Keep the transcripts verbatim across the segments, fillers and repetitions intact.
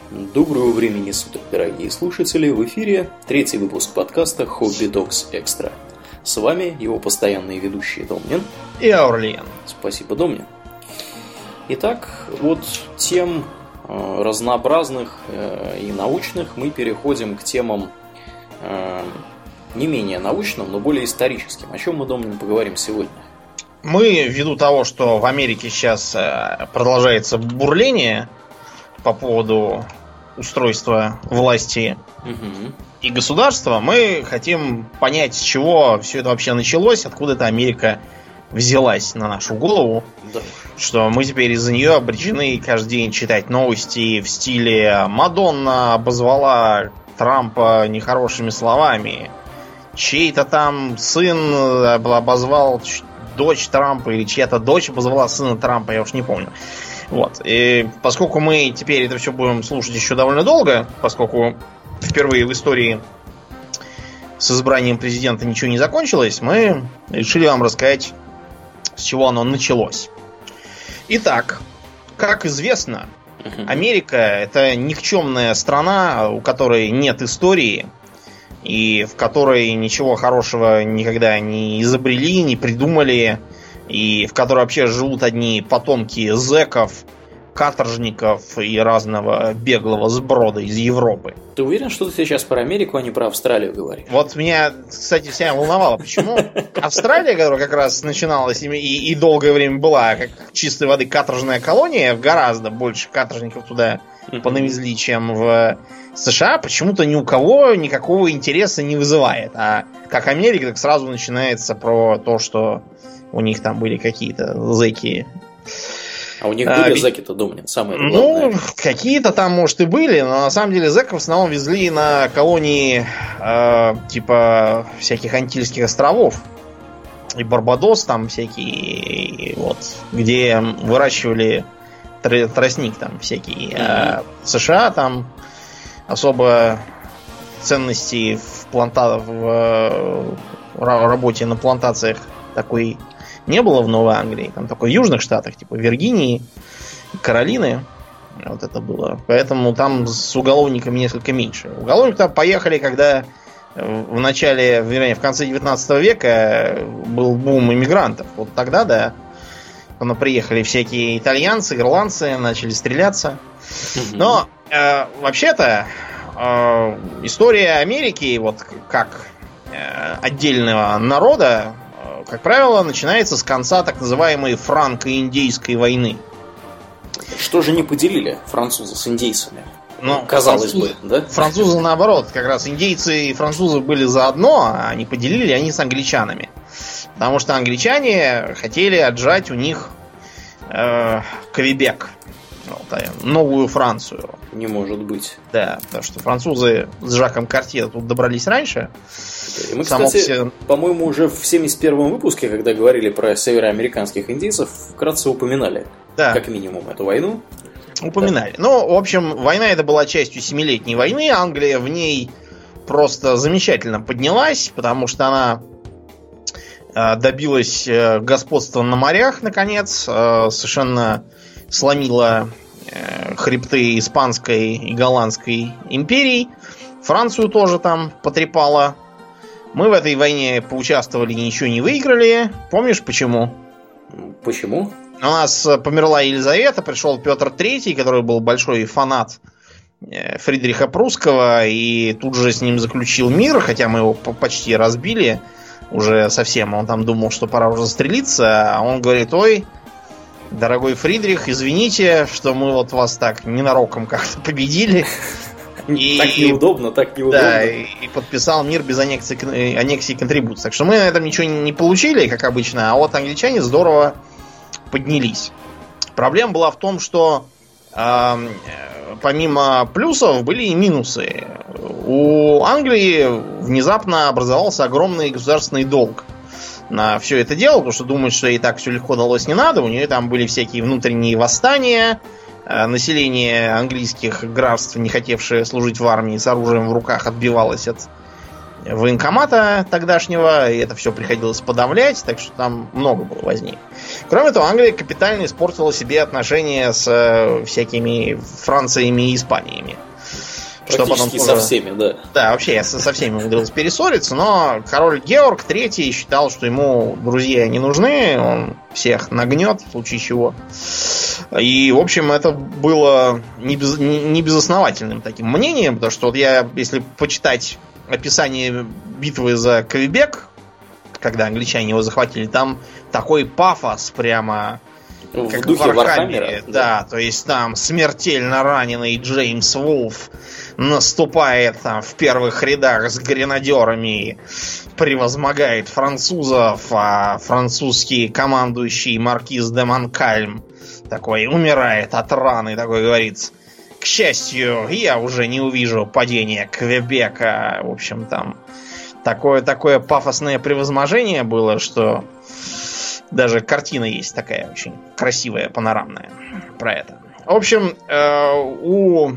Доброго времени суток, дорогие слушатели! В эфире третий выпуск подкаста Hobby Talks Extra. С вами его постоянные ведущие Домнин и Аурлиен. Спасибо, Домнин. Итак, от тем э, разнообразных э, и научных мы переходим к темам э, не менее научным, но более историческим. О чем мы, Домнин, поговорим сегодня? Мы, ввиду того, что в Америке сейчас э, продолжается бурление по поводу устройства власти угу. и государства, мы хотим понять, с чего все это вообще началось, откуда эта Америка взялась на нашу голову, да. Что мы теперь из-за нее обречены каждый день читать новости в стиле «Мадонна обозвала Трампа нехорошими словами», чей-то там сын обозвал дочь Трампа, или чья-то дочь обозвала сына Трампа, я уж не помню. Вот. И поскольку мы теперь это все будем слушать еще довольно долго, поскольку впервые в истории с избранием президента ничего не закончилось, мы решили вам рассказать, с чего оно началось. Итак, как известно, Америка — это никчемная страна, у которой нет истории, и в которой ничего хорошего никогда не изобрели, не придумали, и в которой вообще живут одни потомки зэков, каторжников и разного беглого сброда из Европы. Ты уверен, что ты сейчас про Америку, а не про Австралию говоришь? Вот меня, кстати, вся волновало, почему Австралия, которая как раз начиналась и, и долгое время была как чистой воды каторжная колония, гораздо больше каторжников туда понавезли, чем в США, почему-то ни у кого никакого интереса не вызывает. А как Америка, так сразу начинается про то, что у них там были какие-то зэки. А у них были а, зэки-то, Домнин, самые главные? Ну, какие-то там, может, и были, но на самом деле зэков в основном везли на колонии э, типа всяких Антильских островов. И Барбадос там всякие, вот, где выращивали тростник там всякий. Mm-hmm. А в США там особо ценностей в, планта... в работе на плантациях такой не было в Новой Англии. Там только в южных штатах, типа Виргинии, Каролины. Вот это было. Поэтому там с уголовниками несколько меньше. Уголовники там поехали, когда в начале, вернее, в конце девятнадцатого века был бум иммигрантов. Вот тогда, да, когда приехали всякие итальянцы, ирландцы, начали стреляться. Но э, вообще-то э, история Америки, вот как э, отдельного народа, как правило, начинается с конца так называемой франко-индейской войны. Что же не поделили французы с индейцами? Ну, казалось француз, бы, да? Французы наоборот, как раз индейцы и французы были заодно, а не поделили они с англичанами. Потому что англичане хотели отжать у них э, Квебек, вот, новую Францию. Не может быть. Да, потому что французы с Жаком Картье тут добрались раньше. И мы, кстати, все... по-моему, уже в семьдесят первом выпуске, когда говорили про североамериканских индейцев, вкратце упоминали, да. Как минимум, эту войну. Упоминали. Да. Ну, в общем, война эта была частью Семилетней войны. Англия в ней просто замечательно поднялась, потому что она добилась господства на морях, наконец, совершенно сломила хребты Испанской и Голландской империй. Францию тоже там потрепала. Мы в этой войне поучаствовали, ничего не выиграли. Помнишь, почему? Почему? У нас померла Елизавета, пришел Петр Третий, который был большой фанат Фридриха Прусского, и тут же с ним заключил мир, хотя мы его почти разбили уже совсем. Он там думал, что пора уже застрелиться, а он говорит: ой, дорогой Фридрих, извините, что мы вот вас так ненароком как-то победили. И, так неудобно, так неудобно. Да, и, и подписал мир без аннексии, аннексии и контрибуции. Так что мы на этом ничего не получили, как обычно, а вот англичане здорово поднялись. Проблема была в том, что э, помимо плюсов были и минусы. У Англии внезапно образовался огромный государственный долг на все это дело, потому что думают, что ей так все легко далось, не надо. У нее там были всякие внутренние восстания, население английских графств, не хотевшее служить в армии, с оружием в руках отбивалось от военкомата тогдашнего, и это все приходилось подавлять, так что там много было возни. Кроме того, Англия капитально испортила себе отношения с э, всякими Франциями и Испаниями. Практически что потом со всеми, да. Да, вообще я со, со всеми умудрился перессориться, но король Георг третий считал, что ему друзья не нужны, он всех нагнет, в случае чего. И, в общем, это было не, без, не, не безосновательным таким мнением, потому что вот я, если почитать описание битвы за Квебек, когда англичане его захватили, там такой пафос прямо... В как духе в Вархаммере, Вархаммера, да, да, то есть там смертельно раненый Джеймс Вулф наступает там в первых рядах с гренадерами, превозмогает французов, а французский командующий маркиз де Монкальм такой умирает от раны, такой говорит: к счастью, я уже не увижу падения Квебека. В общем, там такое, такое пафосное превозможение было, что даже картина есть такая очень красивая, панорамная про это. В общем, у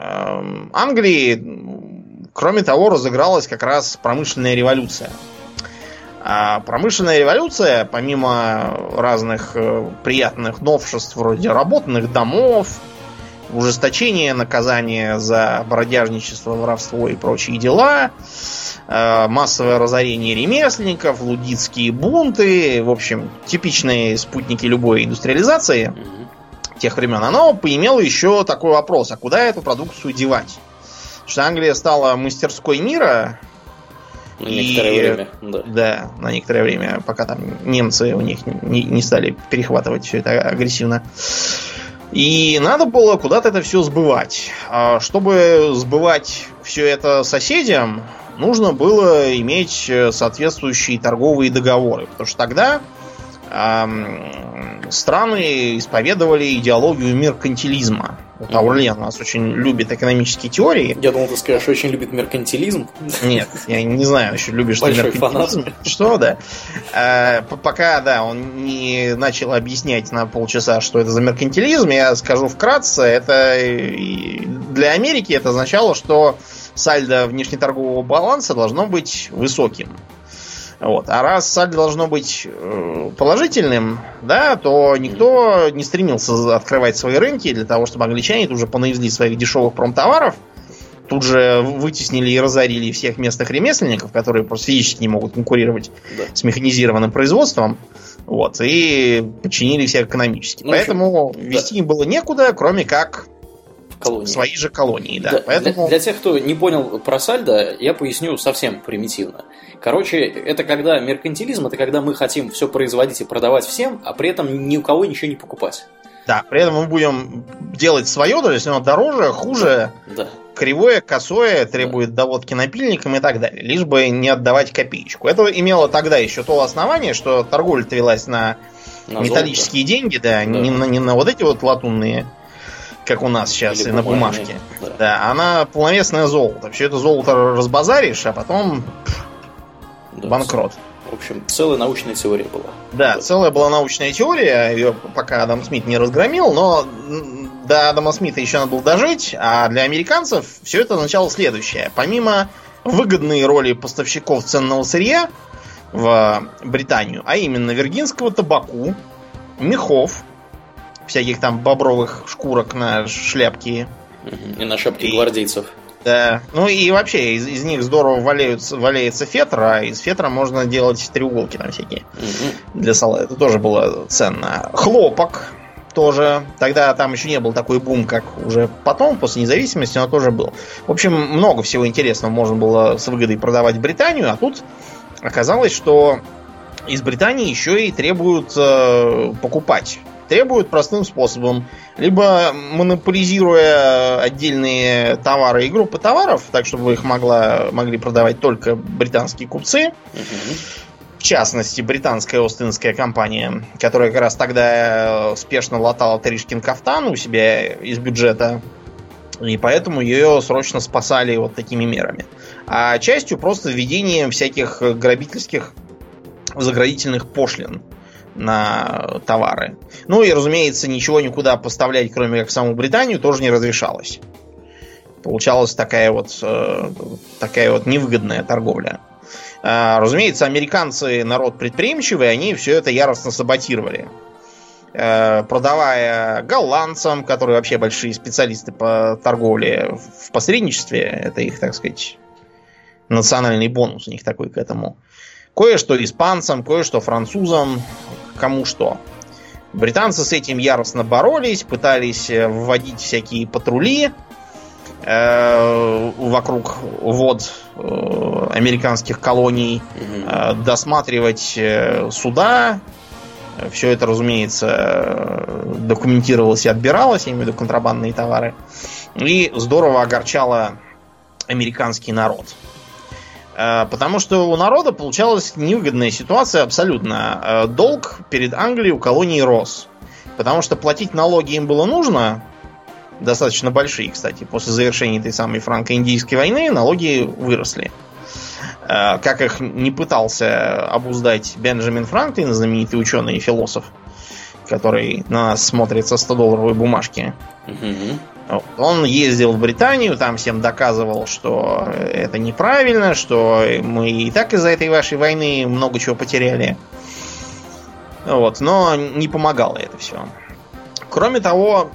Англии, кроме того, разыгралась как раз промышленная революция. А промышленная революция, помимо разных приятных новшеств вроде работных домов, ужесточения наказания за бродяжничество, воровство и прочие дела, массовое разорение ремесленников, луддитские бунты, в общем, типичные спутники любой индустриализации mm-hmm. тех времен, оно поимело еще такой вопрос: а куда эту продукцию девать? Потому что Англия стала мастерской мира. На некоторое и, время, да. Да, на некоторое время, пока там немцы у них не, не стали перехватывать все это агрессивно. И надо было куда-то это все сбывать. А чтобы сбывать все это соседям, нужно было иметь соответствующие торговые договоры. Потому что тогда эм, страны исповедовали идеологию меркантилизма. Вот Аурлиен у нас очень любит экономические теории. Я думал, ты скажешь, очень любит меркантилизм. Нет, я не знаю, еще любишь ты меркантилизм. Фанат. Что, да. Э, пока, да, он не начал объяснять на полчаса, что это за меркантилизм, я скажу вкратце. Это для Америки это означало, что сальдо внешнеторгового баланса должно быть высоким. Вот. А раз сальдо должно быть положительным, да, то никто не стремился открывать свои рынки для того, чтобы англичане тут же понавезли своих дешевых промтоваров, тут же вытеснили и разорили всех местных ремесленников, которые просто физически не могут конкурировать да. с механизированным производством, вот, и подчинили всех экономически. Ну, Поэтому общем, вести да. им было некуда, кроме как колонии. Свои же колонии, да. да Поэтому... для, для тех, кто не понял про сальдо, я поясню совсем примитивно. Короче, это когда меркантилизм, это когда мы хотим все производить и продавать всем, а при этом ни у кого ничего не покупать. Да, при этом мы будем делать свое, то есть оно дороже, хуже, да. кривое, косое, требует да. доводки напильником и так далее, лишь бы не отдавать копеечку. Это имело тогда еще то основание, что торговля-то велась на, на металлические золото. деньги, да, да. Не, на, не на вот эти вот латунные, как у нас сейчас, Или и на бумажке. Да. да, она полновесное золото. Все это золото разбазаришь, а потом да, банкрот. В общем, целая научная теория была. Да, вот. целая была научная теория, ее пока Адам Смит не разгромил, но до Адама Смита еще надо было дожить, а для американцев все это означало следующее. Помимо выгодной роли поставщиков ценного сырья в Британию, а именно виргинского табаку, мехов, всяких там бобровых шкурок на шляпки. И на шапки и, гвардейцев. Да. Ну и вообще из, из них здорово валяются, валяется фетр, а из фетра можно делать треуголки там всякие. Угу. Для салата. Это тоже было ценно. Хлопок тоже. Тогда там еще не был такой бум, как уже потом, после независимости, но тоже был. В общем, много всего интересного можно было с выгодой продавать в Британию, а тут оказалось, что из Британии еще и требуют э, покупать. Требуют простым способом. Либо монополизируя отдельные товары и группы товаров, так чтобы их могла, могли продавать только британские купцы. Uh-huh. В частности, британская Остинская компания, которая как раз тогда спешно латала Тришкин кафтан у себя из бюджета. И поэтому ее срочно спасали вот такими мерами. А частью просто введением всяких грабительских заградительных пошлин на товары. Ну и, разумеется, ничего никуда поставлять, кроме как в саму Британию, тоже не разрешалось. Получалась такая вот, э, такая вот невыгодная торговля. Разумеется, американцы народ предприимчивый, они все это яростно саботировали. Продавая голландцам, которые вообще большие специалисты по торговле в посредничестве, это их, так сказать, национальный бонус у них такой к этому. Кое-что испанцам, кое-что французам, кому что. Британцы с этим яростно боролись, пытались вводить всякие патрули э, вокруг вод э, американских колоний, э, досматривать э, суда. Все это, разумеется, документировалось и отбиралось, я имею в виду контрабандные товары. И здорово огорчало американский народ. Потому что у народа получалась невыгодная ситуация абсолютно. Долг перед Англией у колонии рос. Потому что платить налоги им было нужно. Достаточно большие, кстати. После завершения этой самой франко-индийской войны налоги выросли. Как их не пытался обуздать Бенджамин Франклин, знаменитый ученый и философ, который на нас смотрит со сто-долларовой бумажки. Mm-hmm. Он ездил в Британию, там всем доказывал, что это неправильно, что мы и так из-за этой вашей войны много чего потеряли. Вот, но не помогало это все. Кроме того,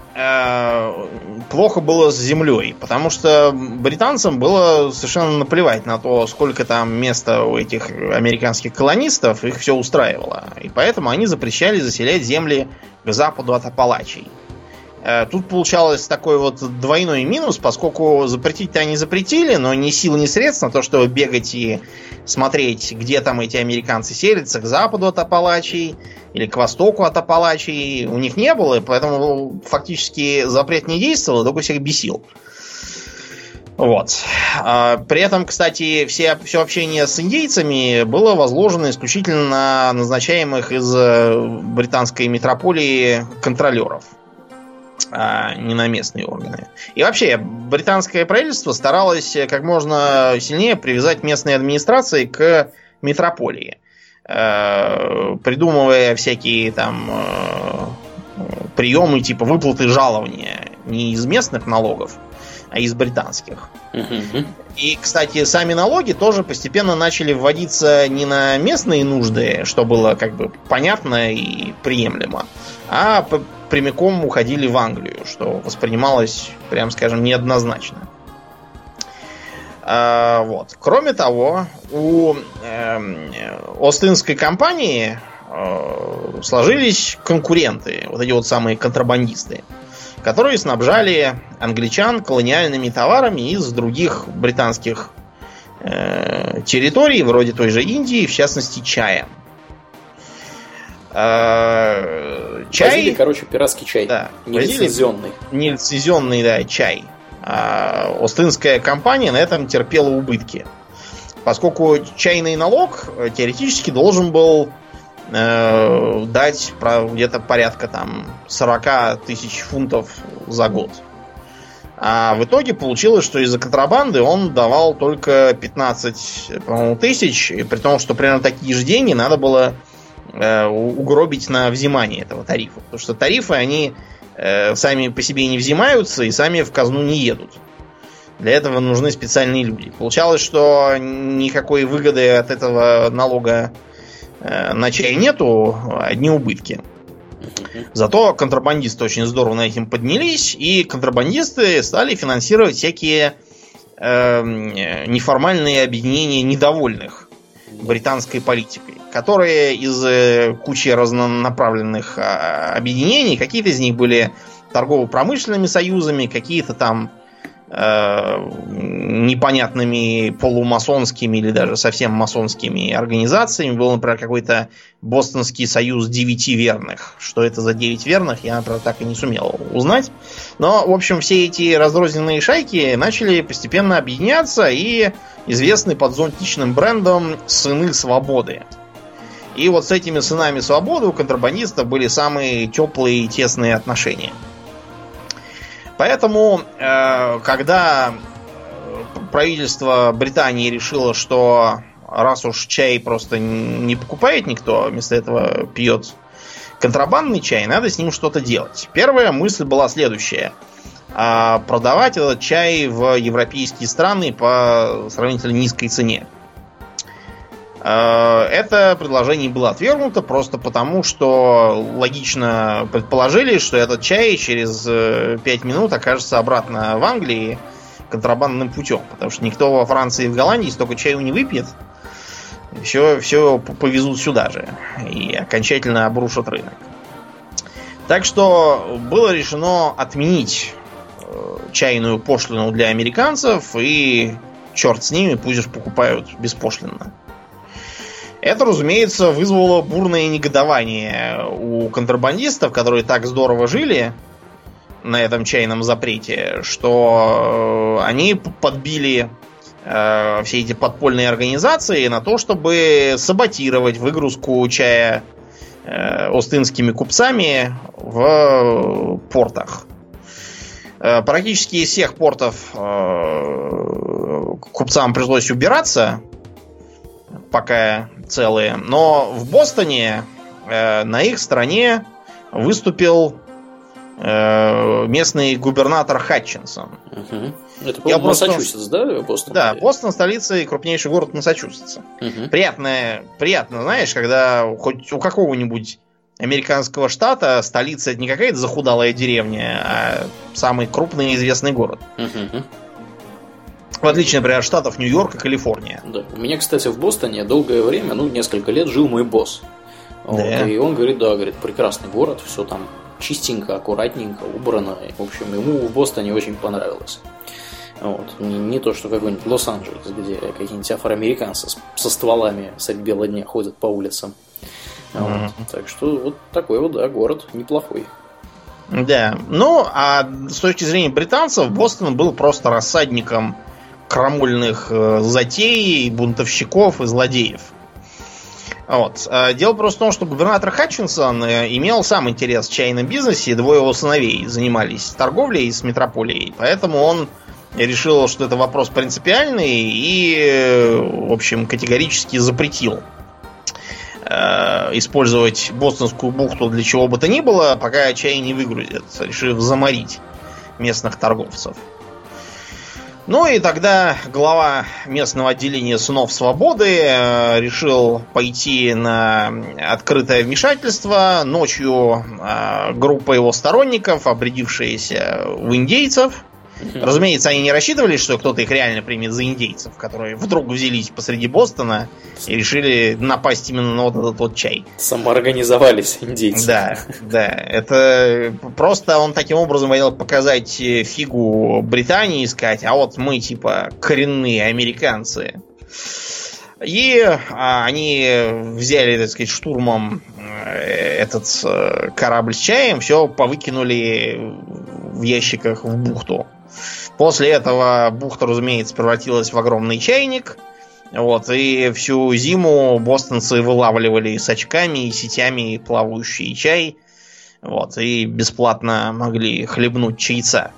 плохо было с землей, потому что британцам было совершенно наплевать на то, сколько там места у этих американских колонистов, их все устраивало. И поэтому они запрещали заселять земли к западу от Апалачей. Тут получалось такой вот двойной минус, поскольку запретить-то они запретили, но ни сил, ни средств на то, чтобы бегать и смотреть, где там эти американцы селятся, к западу от Апалачей или к востоку от Апалачей, у них не было, поэтому фактически запрет не действовал, только всех бесил. Вот. При этом, кстати, все, все общение с индейцами было возложено исключительно на назначаемых из британской метрополии контролеров, а не на местные органы. И вообще, британское правительство старалось как можно сильнее привязать местные администрации к метрополии, придумывая всякие там приемы типа выплаты жалования не из местных налогов, а из британских. Uh-huh. И, кстати, сами налоги тоже постепенно начали вводиться не на местные нужды, что было как бы понятно и приемлемо, а прямиком уходили в Англию, что воспринималось, прям скажем, неоднозначно. А, вот. Кроме того, у э, Ост-Индской компании э, сложились конкуренты, вот эти вот самые контрабандисты, которые снабжали англичан колониальными товарами из других британских э, территорий, вроде той же Индии, в частности, чаем. Э, чай... Возили, короче, пиратский чай. Да, нелицензионный. Нелицензионный, да, чай. А Ост-Индская компания на этом терпела убытки. Поскольку чайный налог теоретически должен был э, дать где-то порядка там сорок тысяч фунтов за год. А в итоге получилось, что из-за контрабанды он давал только пятнадцать, по-моему, тысяч, и при том, что примерно такие же деньги надо было э, угробить на взимание этого тарифа. Потому что тарифы, они э, сами по себе не взимаются и сами в казну не едут. Для этого нужны специальные люди. Получалось, что никакой выгоды от этого налога э, на чай нету, одни убытки. Зато контрабандисты очень здорово на этим поднялись, и контрабандисты стали финансировать всякие э, неформальные объединения недовольных британской политикой, которые из э, кучи разнонаправленных э, объединений, какие-то из них были торгово-промышленными союзами, какие-то там непонятными полумасонскими или даже совсем масонскими организациями. Был, например, какой-то Бостонский союз девяти верных. Что это за девять верных, я, например, так и не сумел узнать. Но, в общем, все эти разрозненные шайки начали постепенно объединяться и известны под зонтичным брендом «Сыны свободы». И вот с этими сынами свободы у контрабандистов были самые теплые и тесные отношения. Поэтому, э, когда правительство Британии решило, что раз уж чай просто не покупает никто, вместо этого пьет контрабандный чай, надо с ним что-то делать. Первая мысль была следующая. Э, продавать этот чай в европейские страны по сравнительно низкой цене. Это предложение было отвергнуто просто потому, что логично предположили, что этот чай через пять минут окажется обратно в Англии контрабандным путем. Потому что никто во Франции и в Голландии столько чаю не выпьет. Все, все повезут сюда же. И окончательно обрушат рынок. Так что было решено отменить чайную пошлину для американцев. И черт с ними, пусть уж покупают беспошлинно. Это, разумеется, вызвало бурное негодование у контрабандистов, которые так здорово жили на этом чайном запрете, что они подбили э, все эти подпольные организации на то, чтобы саботировать выгрузку чая э, остинскими купцами в портах. Э, практически из всех портов э, купцам пришлось убираться, пока целые. Но в Бостоне э, на их стороне выступил э, местный губернатор Хатчинсон. Угу. Это, по-моему, Массачусетс, да? Бостон? Да, Бостон — столица и крупнейший город Массачусетса. Угу. Приятно, приятно, знаешь, когда хоть у какого-нибудь американского штата столица — это не какая-то захудалая деревня, а самый крупный и известный город. Угу. В отличие, например, от штатов Нью-Йорк и Калифорния. Да. У меня, кстати, в Бостоне долгое время, ну, несколько лет жил мой босс. Да. Вот, и он говорит, да, говорит, прекрасный город, все там чистенько, аккуратненько, убрано. В общем, ему в Бостоне очень понравилось. Вот. Не, не то, что какой-нибудь Лос-Анджелес, где какие-нибудь афроамериканцы со стволами средь бела дня ходят по улицам. Вот. Mm-hmm. Так что вот такой вот, да, город неплохой. Да. Ну, а с точки зрения британцев, Бостон был просто рассадником крамольных э, затей, бунтовщиков и злодеев. Вот. Дело просто в том, что губернатор Хатчинсон имел сам интерес в чайном бизнесе, двое его сыновей занимались торговлей с метрополией, поэтому он решил, что это вопрос принципиальный и, в общем, категорически запретил э, использовать Бостонскую бухту для чего бы то ни было, пока чай не выгрузят, решив заморить местных торговцев. Ну и тогда глава местного отделения сынов свободы э, решил пойти на открытое вмешательство. Ночью э, группа его сторонников, обрядившаяся в индейцев. Разумеется, они не рассчитывали, что кто-то их реально примет за индейцев, которые вдруг взялись посреди Бостона и решили напасть именно на вот этот вот чай. Самоорганизовались индейцы. Да, да. Это просто он таким образом хотел показать фигу Британии и сказать, а вот мы типа коренные американцы. И а, они взяли, так сказать, штурмом этот корабль с чаем, все повыкинули в ящиках в бухту. После этого бухта, разумеется, превратилась в огромный чайник. Вот, и всю зиму бостонцы вылавливали с очками и сетями плавающий чай. Вот, и бесплатно могли хлебнуть чайца.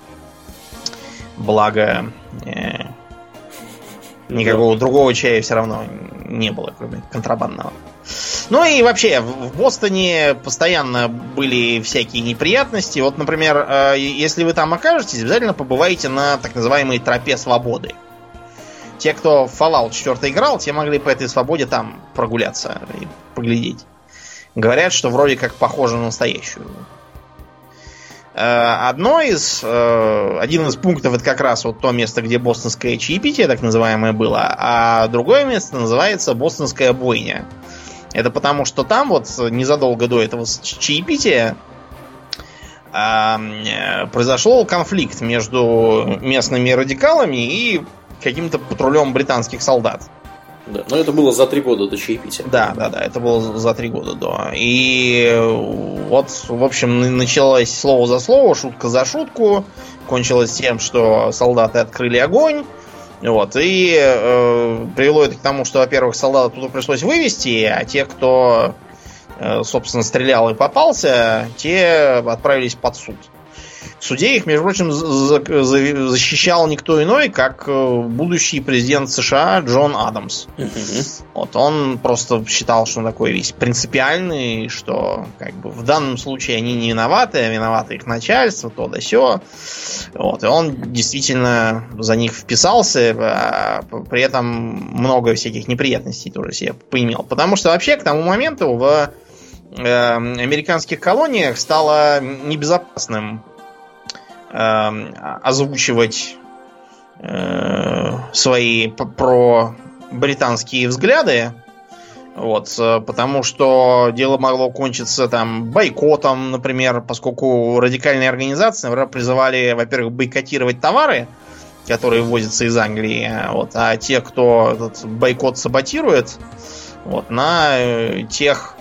Благо, э, никакого другого чая все равно не было, кроме контрабандного. Ну и вообще, в Бостоне постоянно были всякие неприятности. Вот, например, если вы там окажетесь, обязательно побывайте на так называемой тропе свободы. Те, кто в Fallout четыре играл, те могли по этой свободе там прогуляться и поглядеть. Говорят, что вроде как похоже на настоящую. Одно из, один из пунктов — это как раз вот то место, где бостонское чаепитие, так называемое, было, а другое место называется Бостонская бойня. Это потому, что там вот незадолго до этого чаепития э, произошел конфликт между местными радикалами и каким-то патрулем британских солдат. Да, но это было за три года до чаепития. Да, да, да, это было за три года до. И вот, в общем, началось слово за слово, шутка за шутку. Кончилось тем, что солдаты открыли огонь. Вот, и э, привело это к тому, что, во-первых, солдат туда пришлось вывести, а те, кто, э, собственно, стрелял и попался, те отправились под суд. В суде их, между прочим, защищал никто иной, как будущий президент США Джон Адамс. Uh-huh. Вот, он просто считал, что он такой весь принципиальный, что как бы в данном случае они не виноваты, а виноваты их начальство, то да сё. Вот, и он действительно за них вписался, а при этом много всяких неприятностей тоже себе поимел. Потому что вообще к тому моменту в э, американских колониях стало небезопасным озвучивать э, свои про британские взгляды, вот, потому что дело могло кончиться там бойкотом, например, поскольку радикальные организации, например, призывали, во-первых, бойкотировать товары, которые ввозятся из Англии, вот, а те, кто этот бойкот саботирует, вот, на тех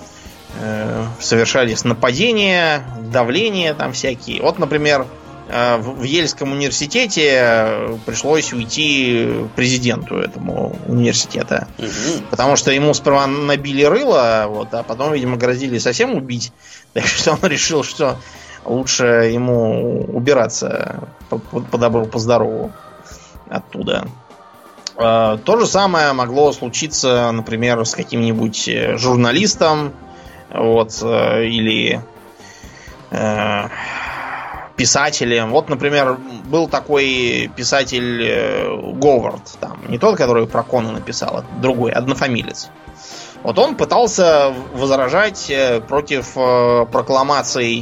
совершались нападения, давления там всякие. Вот, например, в Ельском университете пришлось уйти президенту этому университета. Угу. Потому что ему сперва набили рыло, вот, а потом, видимо, грозили совсем убить. Так что он решил, что лучше ему убираться по, по добру, по здорову оттуда. То же самое могло случиться, например, с каким-нибудь журналистом, вот, или э, писателем. Вот, например, был такой писатель э, Говард, там, не тот, который про Кона написал, а другой, однофамилец. Вот он пытался возражать против э, прокламаций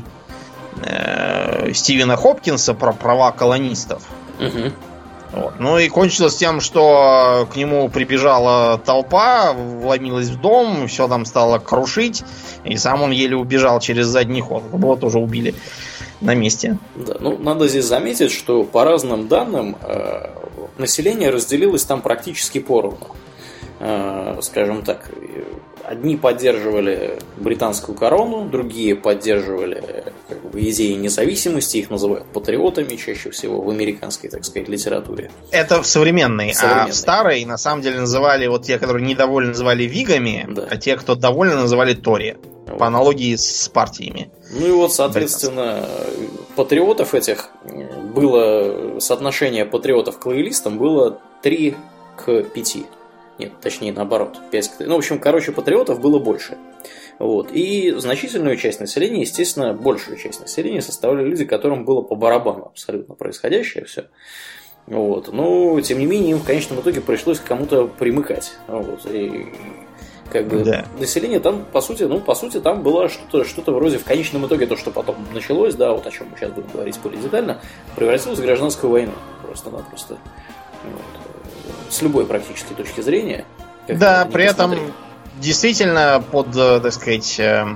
э, Стивена Хопкинса про права колонистов. Угу. Вот. Ну и кончилось тем, что к нему прибежала толпа, вломилась в дом, все там стало крушить, и сам он еле убежал через задний ход. Его тоже убили на месте. Да, ну, надо здесь заметить, что по разным данным э, население разделилось там практически поровну. Э, скажем так, одни поддерживали британскую корону, другие поддерживали как бы, идеи независимости, их называют патриотами чаще всего в американской, так сказать, литературе. Это в современной, современной. А в старой, на самом деле, называли, вот те, которые недовольны, называли вигами, да. А те, кто довольны, называли тори. Вот. По аналогии с партиями. Ну и вот, соответственно, патриотов этих было, соотношение патриотов к лоялистам было три к пяти. Нет, точнее наоборот, пять к трём. Ну, в общем, короче, патриотов было больше. Вот. И значительную часть населения, естественно, большую часть населения составляли люди, которым было по барабану абсолютно происходящее все. Вот. Но, тем не менее, им в конечном итоге пришлось к кому-то примыкать. Вот. И как бы да. Население там, по сути, ну, по сути, там было что-то, что-то вроде в конечном итоге то, что потом началось, да, вот о чем мы сейчас будем говорить более детально, превратилось в гражданскую войну. Просто-напросто. Вот. С любой практической точки зрения. Да, при этом действительно под, так сказать, э,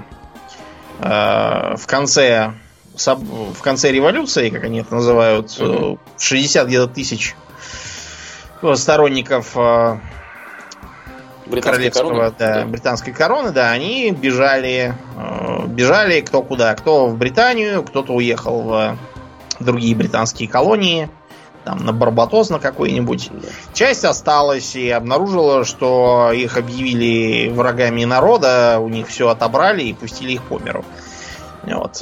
э, в конце в конце революции, как они это называют, угу. шестьдесят где-то тысяч сторонников э, королевского, короны, да, да. британской короны, да, они бежали, э, бежали кто куда, кто в Британию, кто-то уехал в другие британские колонии. Там, на Барбадос на какой-нибудь. Да. Часть осталась и обнаружила, что их объявили врагами народа, у них все отобрали и пустили их по миру. Вот.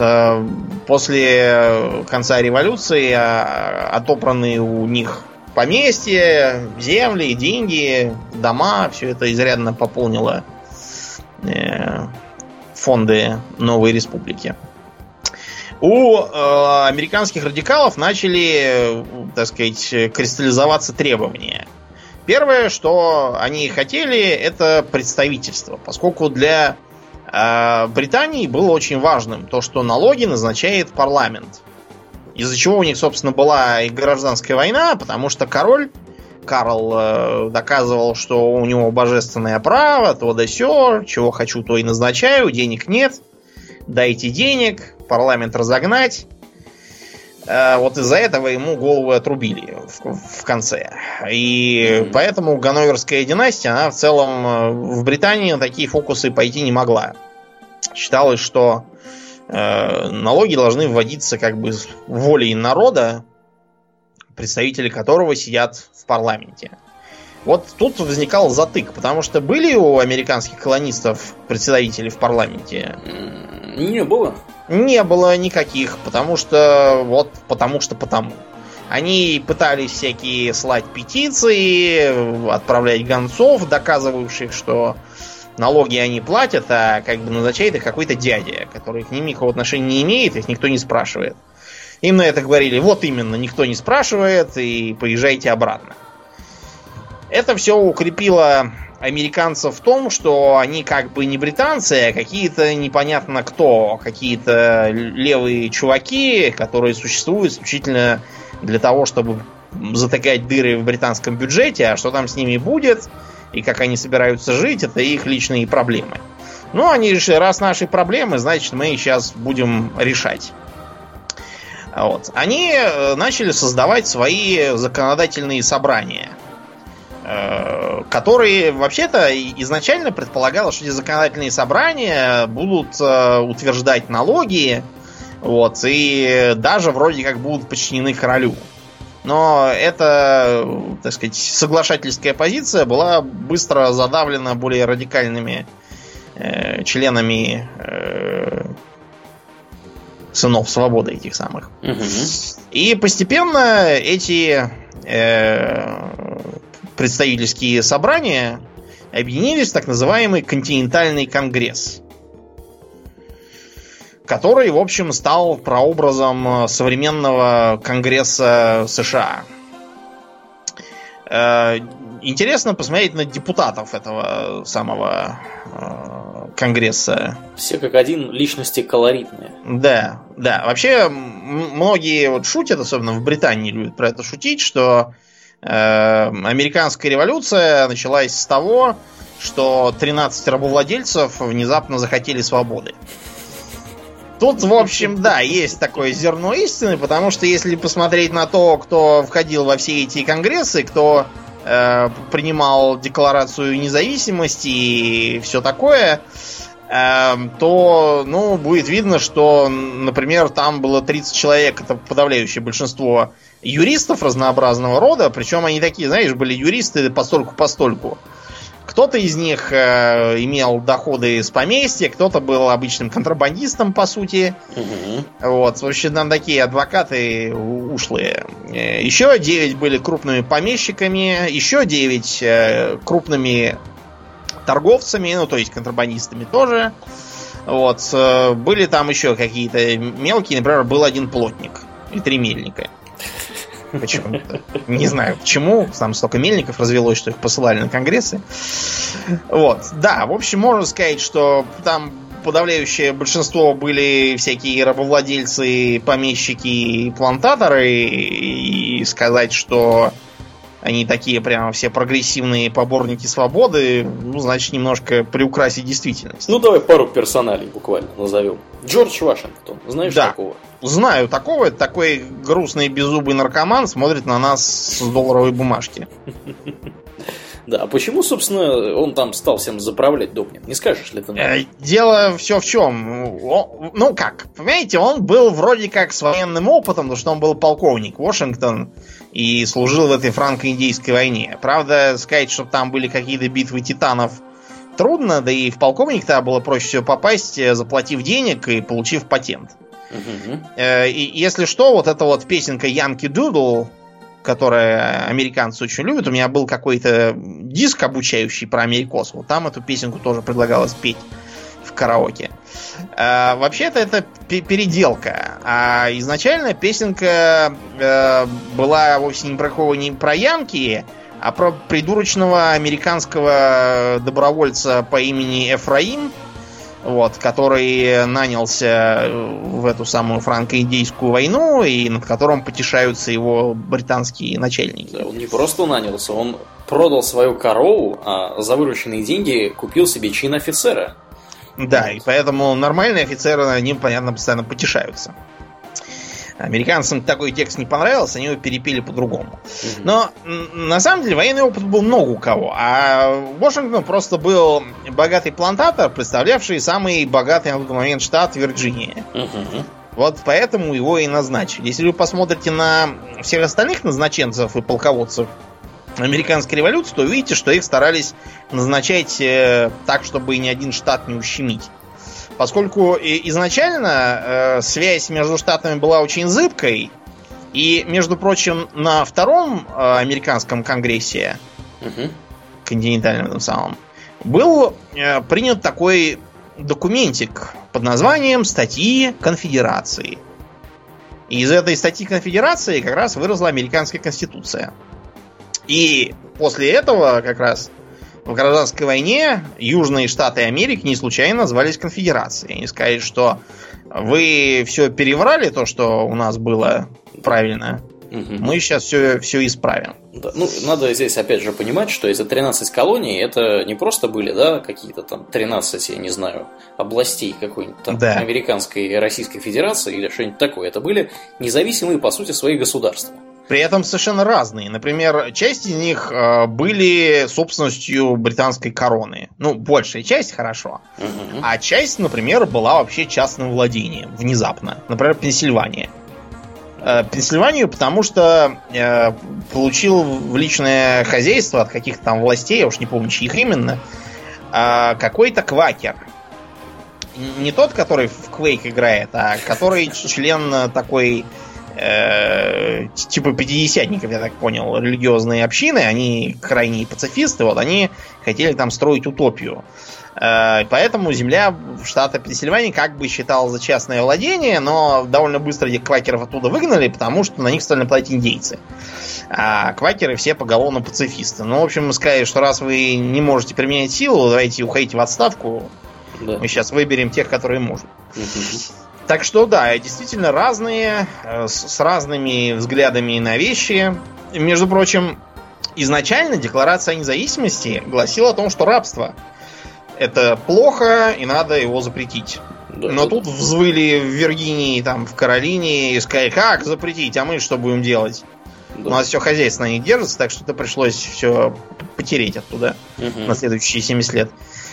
После конца революции отобраны у них поместья, земли, деньги, дома. Все это изрядно пополнило фонды новой республики. У э, американских радикалов начали, так сказать, кристаллизоваться требования. Первое, что они хотели, это представительство, поскольку для э, Британии было очень важным то, что налоги назначает парламент. Из-за чего у них, собственно, была и гражданская война, потому что король Карл э, доказывал, что у него божественное право, то да сё, чего хочу, то и назначаю, денег нет. Дайте денег, парламент разогнать. Вот из-за этого ему голову отрубили в, в конце. И mm-hmm. поэтому Ганноверская династия, она в целом в Британии на такие фокусы пойти не могла. Считалось, что э, налоги должны вводиться как бы волей народа, представители которого сидят в парламенте. Вот тут возникал затык, потому что были у американских колонистов представители в парламенте? Не было. Не было никаких, потому что вот потому что потому. Они пытались всякие слать петиции, отправлять гонцов, доказывающих, что налоги они платят, а как бы назначает их какой-то дядя, который к ним никакого отношения не имеет, их никто не спрашивает. Им на это говорили, вот именно, никто не спрашивает, и поезжайте обратно. Это все укрепило американцев в том, что они как бы не британцы, а какие-то непонятно кто, какие-то левые чуваки, которые существуют исключительно для того, чтобы затыкать дыры в британском бюджете, а что там с ними будет и как они собираются жить, это их личные проблемы. Ну, они решили, раз наши проблемы, значит, мы сейчас будем решать. Вот. Они начали создавать свои законодательные собрания, которые вообще-то изначально предполагалось, что эти законодательные собрания будут утверждать налоги, вот, и даже вроде как будут подчинены королю. Но эта, так сказать, соглашательская позиция была быстро задавлена более радикальными э, членами э, сынов свободы этих самых. Угу. И постепенно эти э, представительские собрания объединились в так называемый континентальный конгресс, который, в общем, стал прообразом современного Конгресса США. Интересно посмотреть на депутатов этого самого Конгресса. Все как один личности колоритные. Да, да. Вообще, многие вот шутят, особенно в Британии любят про это шутить, что э, американская революция началась с того, что тринадцать рабовладельцев внезапно захотели свободы. Тут, в общем, да, есть такое зерно истины, потому что если посмотреть на то, кто входил во все эти конгрессы, кто э, принимал Декларацию независимости и все такое, э, то, ну, будет видно, что, например, там было тридцать человек, это подавляющее большинство юристов разнообразного рода, причем они такие, знаешь, были юристы постольку-постольку. Кто-то из них э, имел доходы с поместья, кто-то был обычным контрабандистом, по сути. Угу. Вот, в общем, там такие адвокаты ушлые. Еще девять были крупными помещиками, еще девять э, крупными торговцами, ну, то есть контрабандистами тоже. Вот, э, были там еще какие-то мелкие, например, был один плотник и три мельника. Почему-то. Не знаю почему. Там столько мельников развелось, что их посылали на конгрессы. Вот. Да, в общем, можно сказать, что там подавляющее большинство были всякие рабовладельцы, помещики и плантаторы. И сказать, что они такие прямо все прогрессивные поборники свободы, ну, значит, немножко приукрасить действительность. Ну, давай пару персоналей буквально назовем. Джордж Вашингтон. Знаешь да. такого? Знаю такого. Это такой грустный беззубый наркоман смотрит на нас с долларовой бумажки. Да, а почему, собственно, он там стал всем заправлять, Добнин? Не скажешь ли ты нам? Дело все в чем. Ну как, понимаете, он был вроде как с военным опытом, потому что он был полковник Вашингтон и служил в этой франко-индийской войне. Правда, сказать, что там были какие-то битвы титанов, трудно, да и в полковник-то было проще всего попасть, заплатив денег и получив патент. Угу. И если что, вот эта вот песенка Yankee Doodle, которая американцы очень любят, у меня был какой-то диск обучающий про америкос, вот там эту песенку тоже предлагалось петь в караоке. А, вообще-то это переделка, а изначально песенка э, была вовсе не про кого, не про Янки, а про придурочного американского добровольца по имени Эфраим, вот, который нанялся в эту самую франко-индийскую войну и над которым потешаются его британские начальники. Да, он не просто нанялся, он продал свою корову, а за вырученные деньги купил себе чин офицера. Да, и поэтому нормальные офицеры над ним, понятно, постоянно потешаются. Американцам такой текст не понравился, они его перепели по-другому. Mm-hmm. Но на самом деле военный опыт был много у кого. А Вашингтон просто был богатый плантатор, представлявший самый богатый на тот момент штат Вирджиния. Mm-hmm. Вот поэтому его и назначили. Если вы посмотрите на всех остальных назначенцев и полководцев американской революции, то увидите, что их старались назначать э, так, чтобы ни один штат не ущемить. Поскольку изначально э, связь между штатами была очень зыбкой, и, между прочим, на втором э, американском конгрессе, угу. континентальном этом самом, был э, принят такой документик под названием «Статьи Конфедерации». И из этой статьи Конфедерации как раз выросла американская конституция. И после этого как раз в гражданской войне южные штаты Америки не случайно назвались конфедерацией. Они сказали, что вы все переврали, то, что у нас было правильно. Угу. Мы сейчас все, все исправим. Да. Ну, надо здесь опять же понимать, что эти тринадцать колоний, это не просто были, да, какие-то там тринадцать, я не знаю, областей какой-нибудь там да. американской и Российской Федерации или что-нибудь такое. Это были независимые, по сути, свои государства. При этом совершенно разные. Например, часть из них э, были собственностью британской короны. Ну, большая часть хорошо. Угу. А часть, например, была вообще частным владением. Внезапно. Например, Пенсильвания. Э, Пенсильванию, потому что э, получил в личное хозяйство от каких-то там властей, я уж не помню, чьих именно, э, какой-то квакер. Не тот, который в Quake играет, а который член такой... типа пятидесятников, я так понял, религиозные общины, они крайние пацифисты, вот, они хотели там строить утопию. Поэтому земля штата Пенсильвания как бы считалась за частное владение, но довольно быстро этих квакеров оттуда выгнали, потому что на них стали нападать индейцы. А квакеры все поголовно пацифисты. Ну, в общем, мы сказали, что раз вы не можете применять силу, давайте уходите в отставку. Да. Мы сейчас выберем тех, которые можем. Так что да, действительно разные, с разными взглядами на вещи. Между прочим, изначально Декларация о независимости гласила о том, что рабство это плохо и надо его запретить. Да, Но да. тут взвыли в Виргинии, там, в Каролине и сказали, как запретить, а мы что будем делать? Да. У нас все хозяйство на них держится, так что это пришлось все потереть оттуда угу. на следующие семьдесят лет.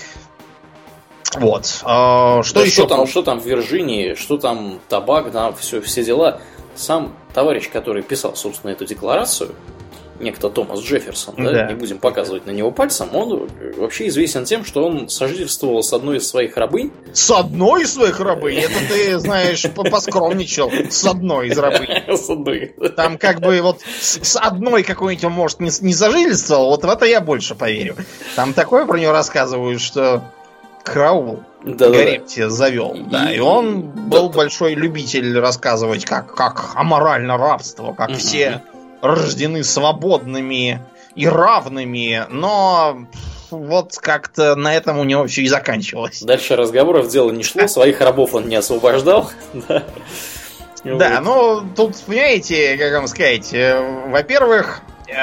Вот. А, что да еще? Что там, что там в Вирджинии, что там табак, да, все, все дела. Сам товарищ, который писал, собственно, эту декларацию, некто Томас Джефферсон, да, да, не будем показывать на него пальцем, он вообще известен тем, что он сожительствовал с одной из своих рабынь. С одной из своих рабынь? Это ты, знаешь, поскромничал. С одной из рабынь. С одной. Там как бы вот с одной какой-нибудь он, может, не сожительствовал, вот в это я больше поверю. Там такое про него рассказывают, что... Краул да, Гарепти да. завел, да, и, и он был да, большой любитель рассказывать, как, как аморально рабство, как угу. все рождены свободными и равными, но вот как-то на этом у него все и заканчивалось. Дальше разговоров дело не шло, своих рабов он не освобождал. Да, ну тут, понимаете, как вам сказать, во-первых,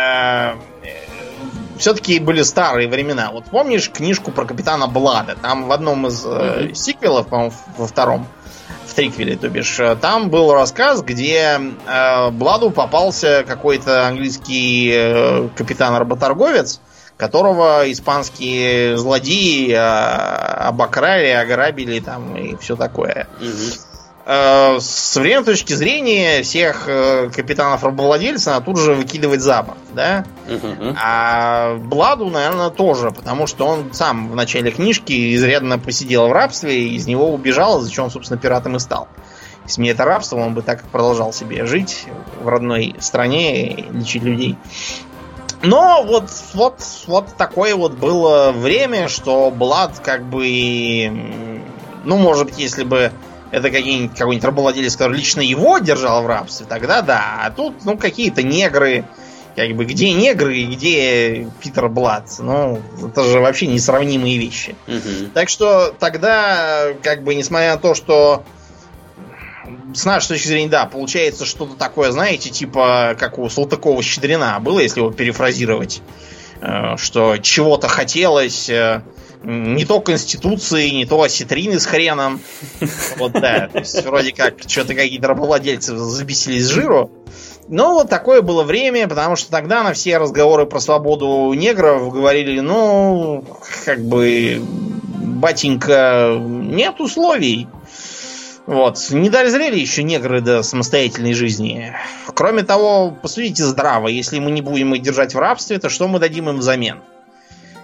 все-таки были старые времена. Вот помнишь книжку про капитана Блада? Там в одном из mm-hmm. э, сиквелов, по-моему, во втором, в триквеле, то бишь, там был рассказ, где э, Бладу попался какой-то английский э, капитан-работорговец, которого испанские злодеи э, обокрали, ограбили там и все такое. Mm-hmm. С современной точки зрения всех капитанов-рабовладельцев она тут же выкидывает за борт, да? Uh-huh. А Бладу, наверное, тоже, потому что он сам в начале книжки изрядно посидел в рабстве, и из него убежал, из-за чего он, собственно, пиратом и стал. Если бы не это рабство, он бы так продолжал себе жить в родной стране и лечить людей. Но вот, вот, вот такое вот было время, что Блад как бы... Ну, может быть, если бы это какой-нибудь, какой-нибудь рабовладелец, который лично его держал в рабстве, тогда да. А тут, ну, какие-то негры. Как бы, где негры и где Питер Блад? Ну, это же вообще несравнимые вещи. Угу. Так что тогда, как бы, несмотря на то, что с нашей точки зрения, да, получается что-то такое, знаете, типа, как у Салтыкова-Щедрина было, если его перефразировать, что чего-то хотелось... Не то Конституции, не то осетрины с хреном. Вот да, то есть вроде как что-то какие-то рабовладельцы забесились с жиру. Но вот такое было время, потому что тогда на все разговоры про свободу негров говорили, ну, как бы, батенька, нет условий. Вот, не дозрели еще негры до самостоятельной жизни. Кроме того, посудите здраво, если мы не будем их держать в рабстве, то что мы дадим им взамен?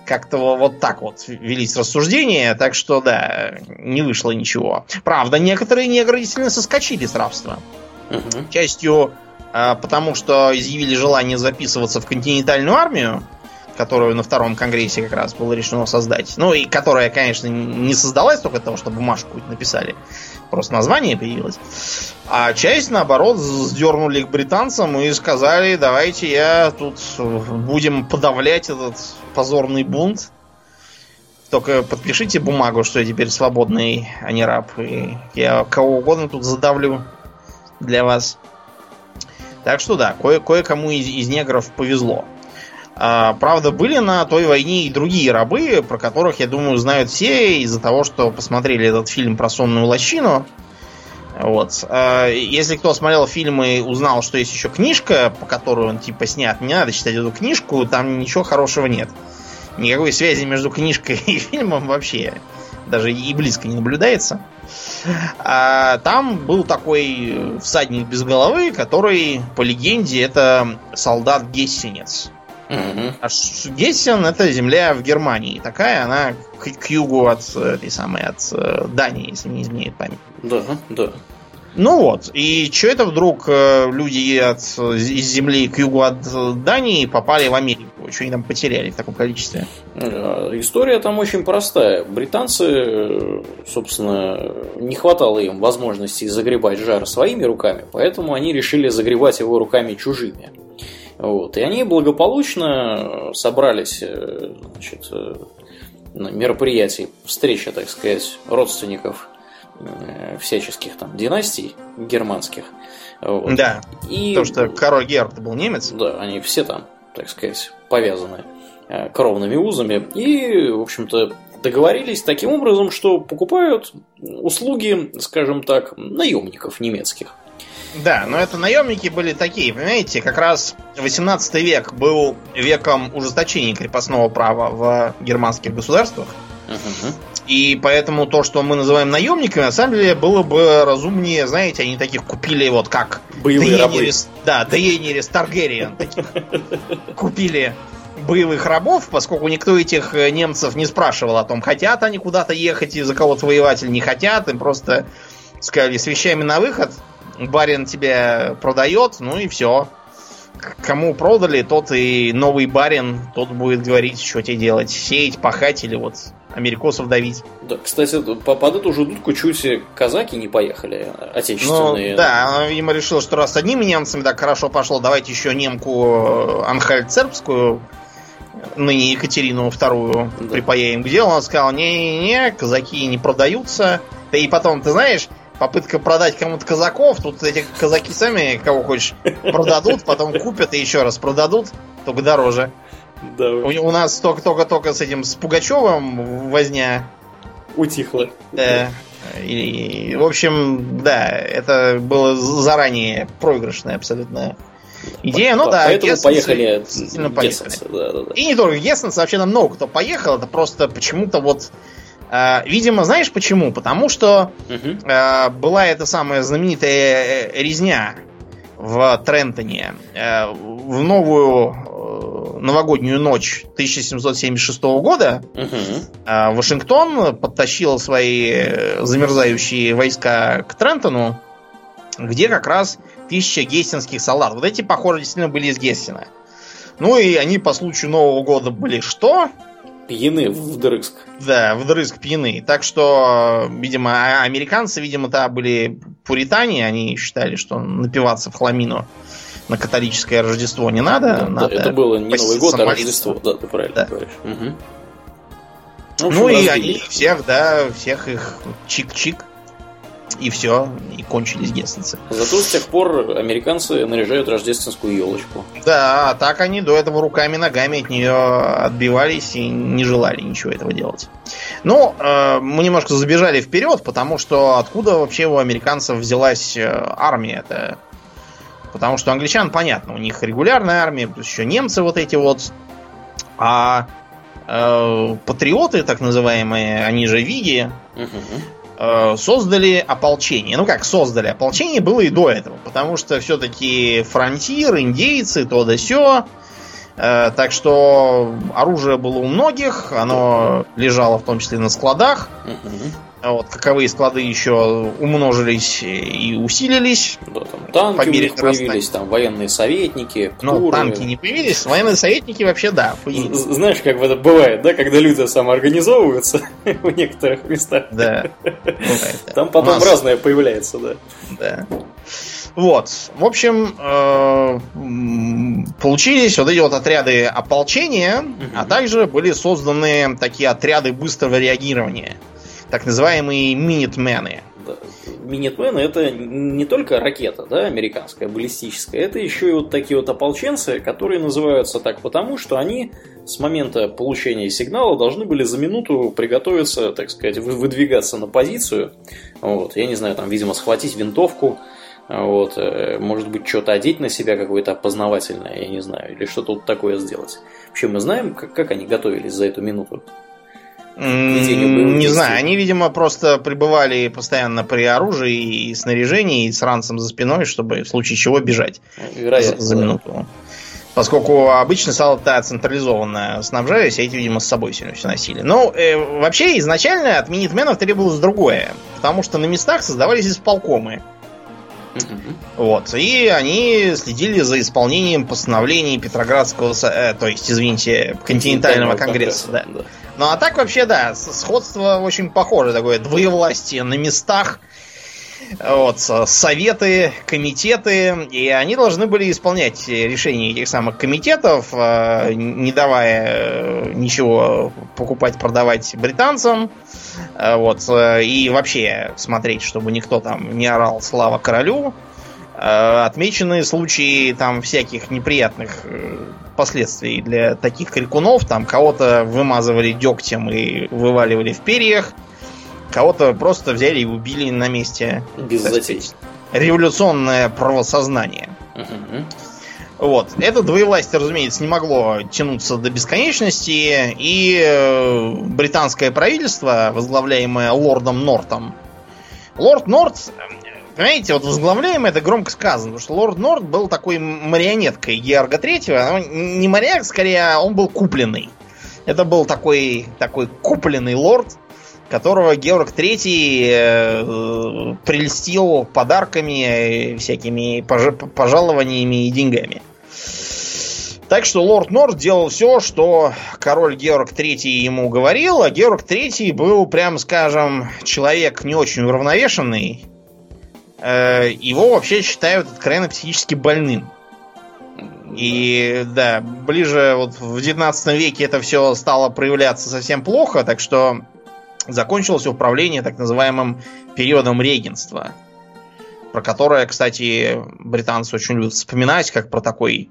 как-то вот так вот велись рассуждения, так что, да, не вышло ничего. Правда, некоторые негры действительно соскочили с рабства. Uh-huh. Частью а, потому, что изъявили желание записываться в континентальную армию, которую на втором конгрессе как раз было решено создать. Ну, и которая, конечно, не создалась только от того, что бумажку написали. Просто название появилось. А часть, наоборот, сдернули к британцам и сказали, давайте я тут будем подавлять этот позорный бунт. Только подпишите бумагу, что я теперь свободный, а не раб. И я кого угодно тут задавлю для вас. Так что да, кое- кое-кому из, из негров повезло. А, правда, были на той войне и другие рабы, про которых, я думаю, знают все из-за того, что посмотрели этот фильм про сонную лощину. Вот. А, если кто смотрел фильм и узнал, что есть еще книжка, по которой он типа снят, не надо читать эту книжку, там ничего хорошего нет. Никакой связи между книжкой и фильмом вообще даже и близко не наблюдается. А там был такой всадник без головы, который, по легенде, это солдат-гессенец. Mm-hmm. А Гессен — это земля в Германии. Такая она к, к югу от этой самой, от Дании, если не изменяет память. Да, да. Ну вот. И что это вдруг люди от, из земли к югу от Дании попали в Америку? Что они там потеряли в таком количестве? История там очень простая. Британцы, собственно, не хватало им возможности загребать жар своими руками, поэтому они решили загребать его руками чужими. Вот. И они благополучно собрались, значит, на мероприятии, встреча, так сказать, родственников всяческих там династий германских. Вот. Да, и, потому что король Георг был немец. Да, они все там, так сказать, повязаны кровными узами. И, в общем-то, договорились таким образом, что покупают услуги, скажем так, наемников немецких. Да, но это наемники были такие, понимаете, как раз восемнадцатый век был веком ужесточения крепостного права в германских государствах. Uh-huh. И поэтому то, что мы называем наемниками, на самом деле было бы разумнее, знаете, они таких купили вот как боевые рабы. Да, Дейенерис Таргериен таких купили боевых рабов, поскольку никто этих немцев не спрашивал о том, хотят они куда-то ехать и за кого-то воевать или не хотят, им просто сказали, с вещами на выход, барин тебя продает, ну и все. Кому продали, тот и новый барин, тот будет говорить, что тебе делать. Сеять, пахать или вот америкосов давить. Да, кстати, под эту же дудку чуть казаки не поехали, отечественные. Ну, да, она, видимо, решила, что раз с одними немцами так хорошо пошло, давайте еще немку Анхальт-Цербскую, ныне Екатерину вторую, да, припаяем к делу. Она сказала, не-не-не, казаки не продаются. Да и потом, ты знаешь, попытка продать кому-то казаков, тут эти казаки сами, кого хочешь, продадут, потом купят и еще раз продадут, только дороже. Да. У, у нас только-только с этим, с Пугачевым возня утихла. Да. И, в общем, да, это было заранее проигрышная абсолютно идея. Ну да, поэтому поехали действительно поехали. Да, да, да. И не только гессенцы, вообще там много кто поехал, это просто почему-то вот... Uh, видимо, знаешь почему? Потому что uh-huh. uh, была эта самая знаменитая резня в Трентоне uh, в новую uh, новогоднюю ночь тысяча семьсот семьдесят шестого года. Uh-huh. uh, Вашингтон подтащил свои замерзающие войска к Трентону, где как раз тысяча гессенских солдат. Вот эти, похоже, действительно были из Гессена. Ну и они по случаю Нового года были что? Пьяны вдрызг. Да, вдрызг пьяны. Так что, видимо, американцы, видимо-то были пуритане. Они считали, что напиваться в хламину на католическое Рождество не надо. Да, надо это было не Новый год, а Рождество. Да, ты правильно да. говоришь. Угу. Ну, ну и они всех, да, всех их чик-чик. И все, и кончились гессенцы. Зато с тех пор американцы наряжают рождественскую елочку. Да, так они до этого руками-ногами от нее отбивались и не желали ничего этого делать. Ну, э, мы немножко забежали вперед, потому что откуда вообще у американцев взялась армия-то? Потому что у англичан, понятно, у них регулярная армия, плюс еще немцы вот эти вот. А э, патриоты, так называемые, они же виги, угу. создали ополчение. Ну как создали? Ополчение было и до этого, потому что все-таки фронтир, индейцы, то да сё. Так что оружие было у многих, оно лежало в том числе на складах. Вот, каковые склады еще умножились и усилились. Да, там танки у них появились, там военные советники, ктуры. Ну, танки не появились, военные советники вообще, да, появились. Знаешь, как это бывает, да, когда люди самоорганизовываются в некоторых местах. Да. Там потом разное появляется, да. Да. Вот, в общем, получились вот эти вот отряды ополчения, а также были созданы такие отряды быстрого реагирования. Так называемые минитмены. Да. Минитмены — это не только ракета, да, американская, баллистическая, это еще и вот такие вот ополченцы, которые называются так потому, что они с момента получения сигнала должны были за минуту приготовиться, так сказать, выдвигаться на позицию. Вот. Я не знаю, там, видимо, схватить винтовку, вот, может быть, что-то одеть на себя какое-то опознавательное, я не знаю, или что-то вот такое сделать. Вообще, мы знаем, как, как они готовились за эту минуту? Не знаю, они, видимо, просто пребывали постоянно при оружии и снаряжении, и с ранцем за спиной, чтобы в случае чего бежать. Вероятно, за, за минуту. Да. Поскольку обычно солдаты централизованно снабжались, а эти, видимо, с собой все носили. Но э, вообще изначально от минитменов требовалось другое, потому что на местах создавались исполкомы. Mm-hmm. Вот, и они следили за исполнением постановлений Петроградского, э, то есть, извините, континентального конгресса. конгресса да. Да. Ну а так вообще, да, сходство очень похоже, такое двоевластие на местах. Вот, советы, комитеты, и они должны были исполнять решения этих самых комитетов, не давая ничего покупать, продавать британцам. Вот, и вообще смотреть, чтобы никто там не орал «Слава королю». Отмечены случаи там всяких неприятных последствий для таких крикунов. Там кого-то вымазывали дегтем и вываливали в перьях, кого-то просто взяли и убили на месте. Без затей. Революционное правосознание. Uh-huh. Вот. Это двоевластие, разумеется, не могло тянуться до бесконечности, и британское правительство, возглавляемое лордом Нортом. Лорд Норт, понимаете, вот возглавляемый — это громко сказано, потому что лорд Норт был такой марионеткой Георга Третьего. Он не моряк, скорее, он был купленный. Это был такой, такой купленный лорд, которого Георг Третий э, прельстил подарками, всякими пож- пожалованиями и деньгами. Так что лорд Норт делал все, что король Георг Третий ему говорил, а Георг Третий был, прям скажем, человек не очень уравновешенный. Э, его вообще считают откровенно психически больным. И да, ближе вот в девятнадцатом веке это все стало проявляться совсем плохо, так что закончилось управление так называемым периодом регенства, про которое, кстати, британцы очень любят вспоминать, как про такой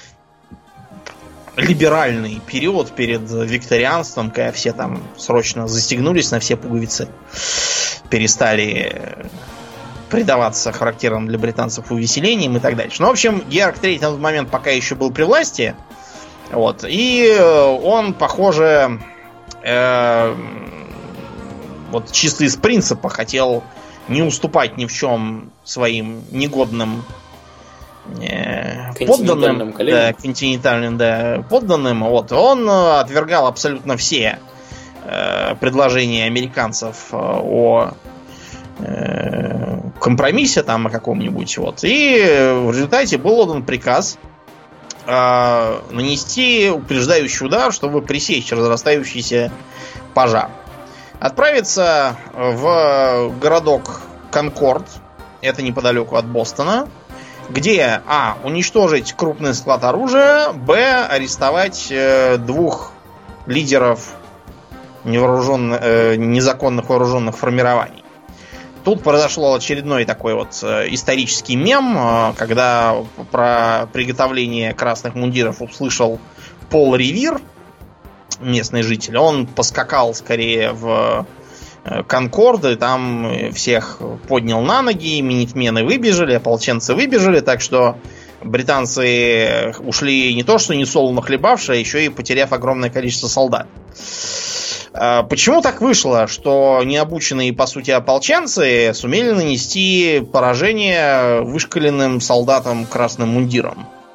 либеральный период перед викторианством, когда все там срочно застегнулись на все пуговицы, перестали предаваться характерным для британцев увеселениям и так дальше. Ну, в общем, Георг Третий на тот момент пока еще был при власти, вот, и он, похоже, э- вот чисто из принципа хотел не уступать ни в чем своим негодным э, подданным, да, континентальным, да, подданным. Вот. Он отвергал абсолютно все э, предложения американцев о э, компромиссе там о каком-нибудь. Вот. И в результате был отдан приказ э, нанести упреждающий удар, чтобы пресечь разрастающийся пожар. Отправиться в городок Конкорд, это неподалеку от Бостона, где, а, уничтожить крупный склад оружия, б, арестовать э, двух лидеров невооруженных, э, незаконных вооруженных формирований. Тут произошло очередной такой вот э, исторический мем, э, когда про приготовление красных мундиров услышал Пол Ревир, местный житель. Он поскакал скорее в Конкорд, и там всех поднял на ноги, минитмены выбежали, ополченцы выбежали, так что британцы ушли не то что не солоно хлебавшие, а еще и потеряв огромное количество солдат. Почему так вышло, что необученные, по сути, ополченцы сумели нанести поражение вышкаленным солдатам красным мундиром?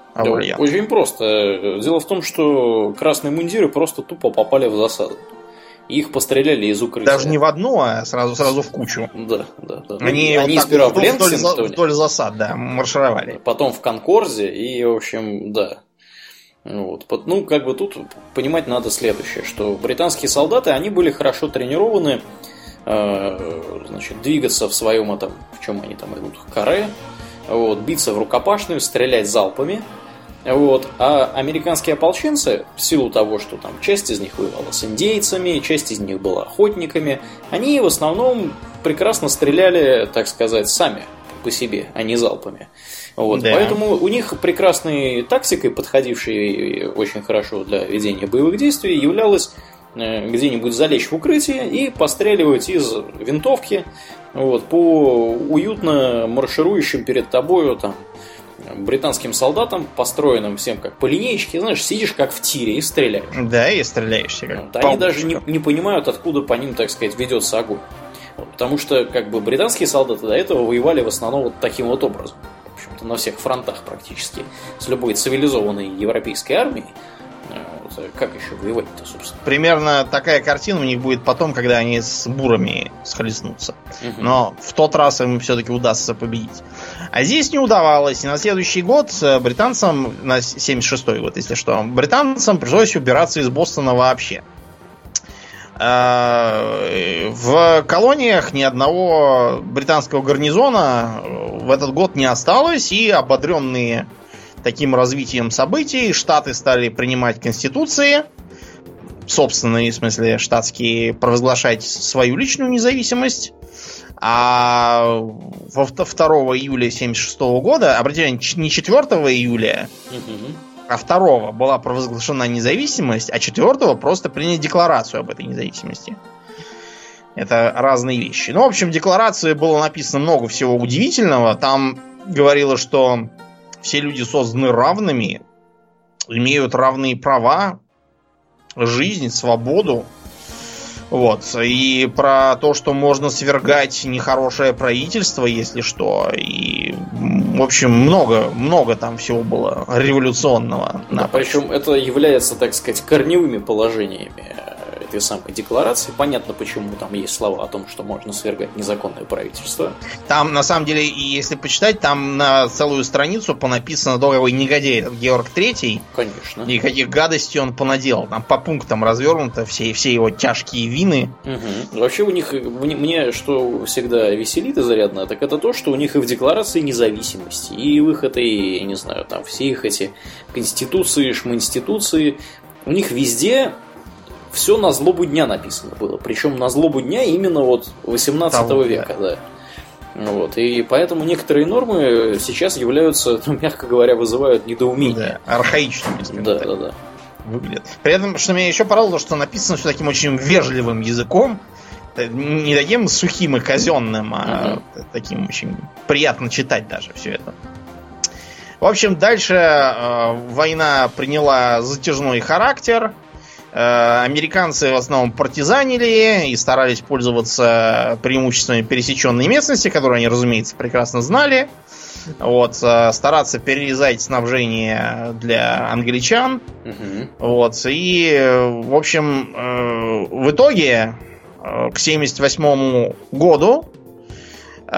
Аурлиан? Да, очень просто. Дело в том, что красные мундиры просто тупо попали в засаду. Их постреляли из укрытия. Даже не в одну, а сразу, сразу в кучу. Да, да, да. Они, Они вот сперва в вдоль, Лексингтоне, вдоль засад, да, маршировали. потом в Конкорде, и, в общем, да. Вот. Ну, как бы тут понимать надо следующее, что британские солдаты, они были хорошо тренированы, э, значит, двигаться в своем этом, в чем они там идут, каре, вот, биться в рукопашную, стрелять залпами. Вот. А американские ополченцы, в силу того, что там часть из них воевала с индейцами, часть из них была охотниками, они в основном прекрасно стреляли, так сказать, сами по себе, а не залпами. Вот. Да. Поэтому у них прекрасной тактикой, подходившей очень хорошо для ведения боевых действий, являлось где-нибудь залечь в укрытие и постреливать из винтовки, вот, по уютно марширующим перед тобою там британским солдатам, построенным всем как по линеечке, знаешь, сидишь как в тире и стреляешь. Да, и стреляешься как вот. Они даже не, не понимают, откуда по ним, так сказать, ведется огонь. Вот. Потому что, как бы, британские солдаты до этого воевали в основном вот таким вот образом. В общем-то, на всех фронтах практически. С любой цивилизованной европейской армией. Вот. Как еще воевать-то, собственно? Примерно такая картина у них будет потом, когда они с бурами схлестнутся. Угу. Но в тот раз им все-таки удастся победить. А здесь не удавалось. И на следующий год британцам, на семьдесят шестой год, если что, британцам пришлось убираться из Бостона вообще. В колониях ни одного британского гарнизона в этот год не осталось, и ободренные таким развитием событий штаты стали принимать конституции, собственные, в смысле штатские, провозглашать свою личную независимость. А второго июля семьдесят шестого года, обратите внимание, не четвёртого июля, угу. а второго была провозглашена независимость, а четвёртого просто приняли декларацию об этой независимости. Это разные вещи. Ну, в общем, в декларации было написано много всего удивительного. Там говорилось, что все люди созданы равными, имеют равные права, жизнь, свободу. Вот. И про то, что можно свергать нехорошее правительство, если что. И, в общем, много, много там всего было революционного. Да, причем это является, так сказать, корневыми положениями этой самой декларации. Понятно, почему там есть слова о том, что можно свергать незаконное правительство. Там, на самом деле, если почитать, там на целую страницу понаписано, то какой негодяй этот Георг Третий. Конечно. И каких гадостей он понаделал. Там по пунктам развернуто все, все его тяжкие вины. Угу. Вообще у них, мне что всегда веселит изрядно, так это то, что у них и в декларации независимости, и в их этой, я не знаю, там все их эти конституции, шминституции, у них везде все на злобу дня написано было. Причем на злобу дня именно вот восемнадцатого века, да. Вот. И поэтому некоторые нормы сейчас являются, ну, мягко говоря, вызывают недоумение. Да, архаичными. Да, да, да. Выглядит. При этом, что меня еще порадовало, что написано все таким очень вежливым языком. Не таким сухим и казенным, а uh-huh. таким очень приятно читать даже все это. В общем, дальше э, война приняла затяжной характер. Э, американцы в основном партизанили и старались пользоваться преимуществами пересеченной местности, которые они, разумеется, прекрасно знали. Вот, э, стараться перерезать снабжение для англичан. Uh-huh. Вот, и, в общем, э, в итоге к семьдесят восьмому году э,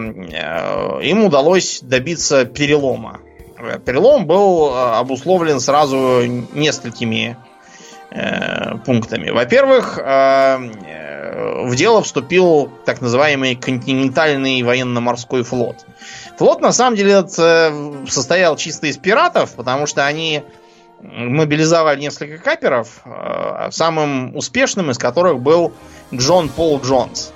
э, им удалось добиться перелома. Перелом был обусловлен сразу несколькими э, пунктами. Во-первых, э, в дело вступил так называемый континентальный военно-морской флот. Флот, на самом деле, состоял чисто из пиратов, потому что они мобилизовали несколько каперов, самым успешным из которых был Джон Пол Джонс.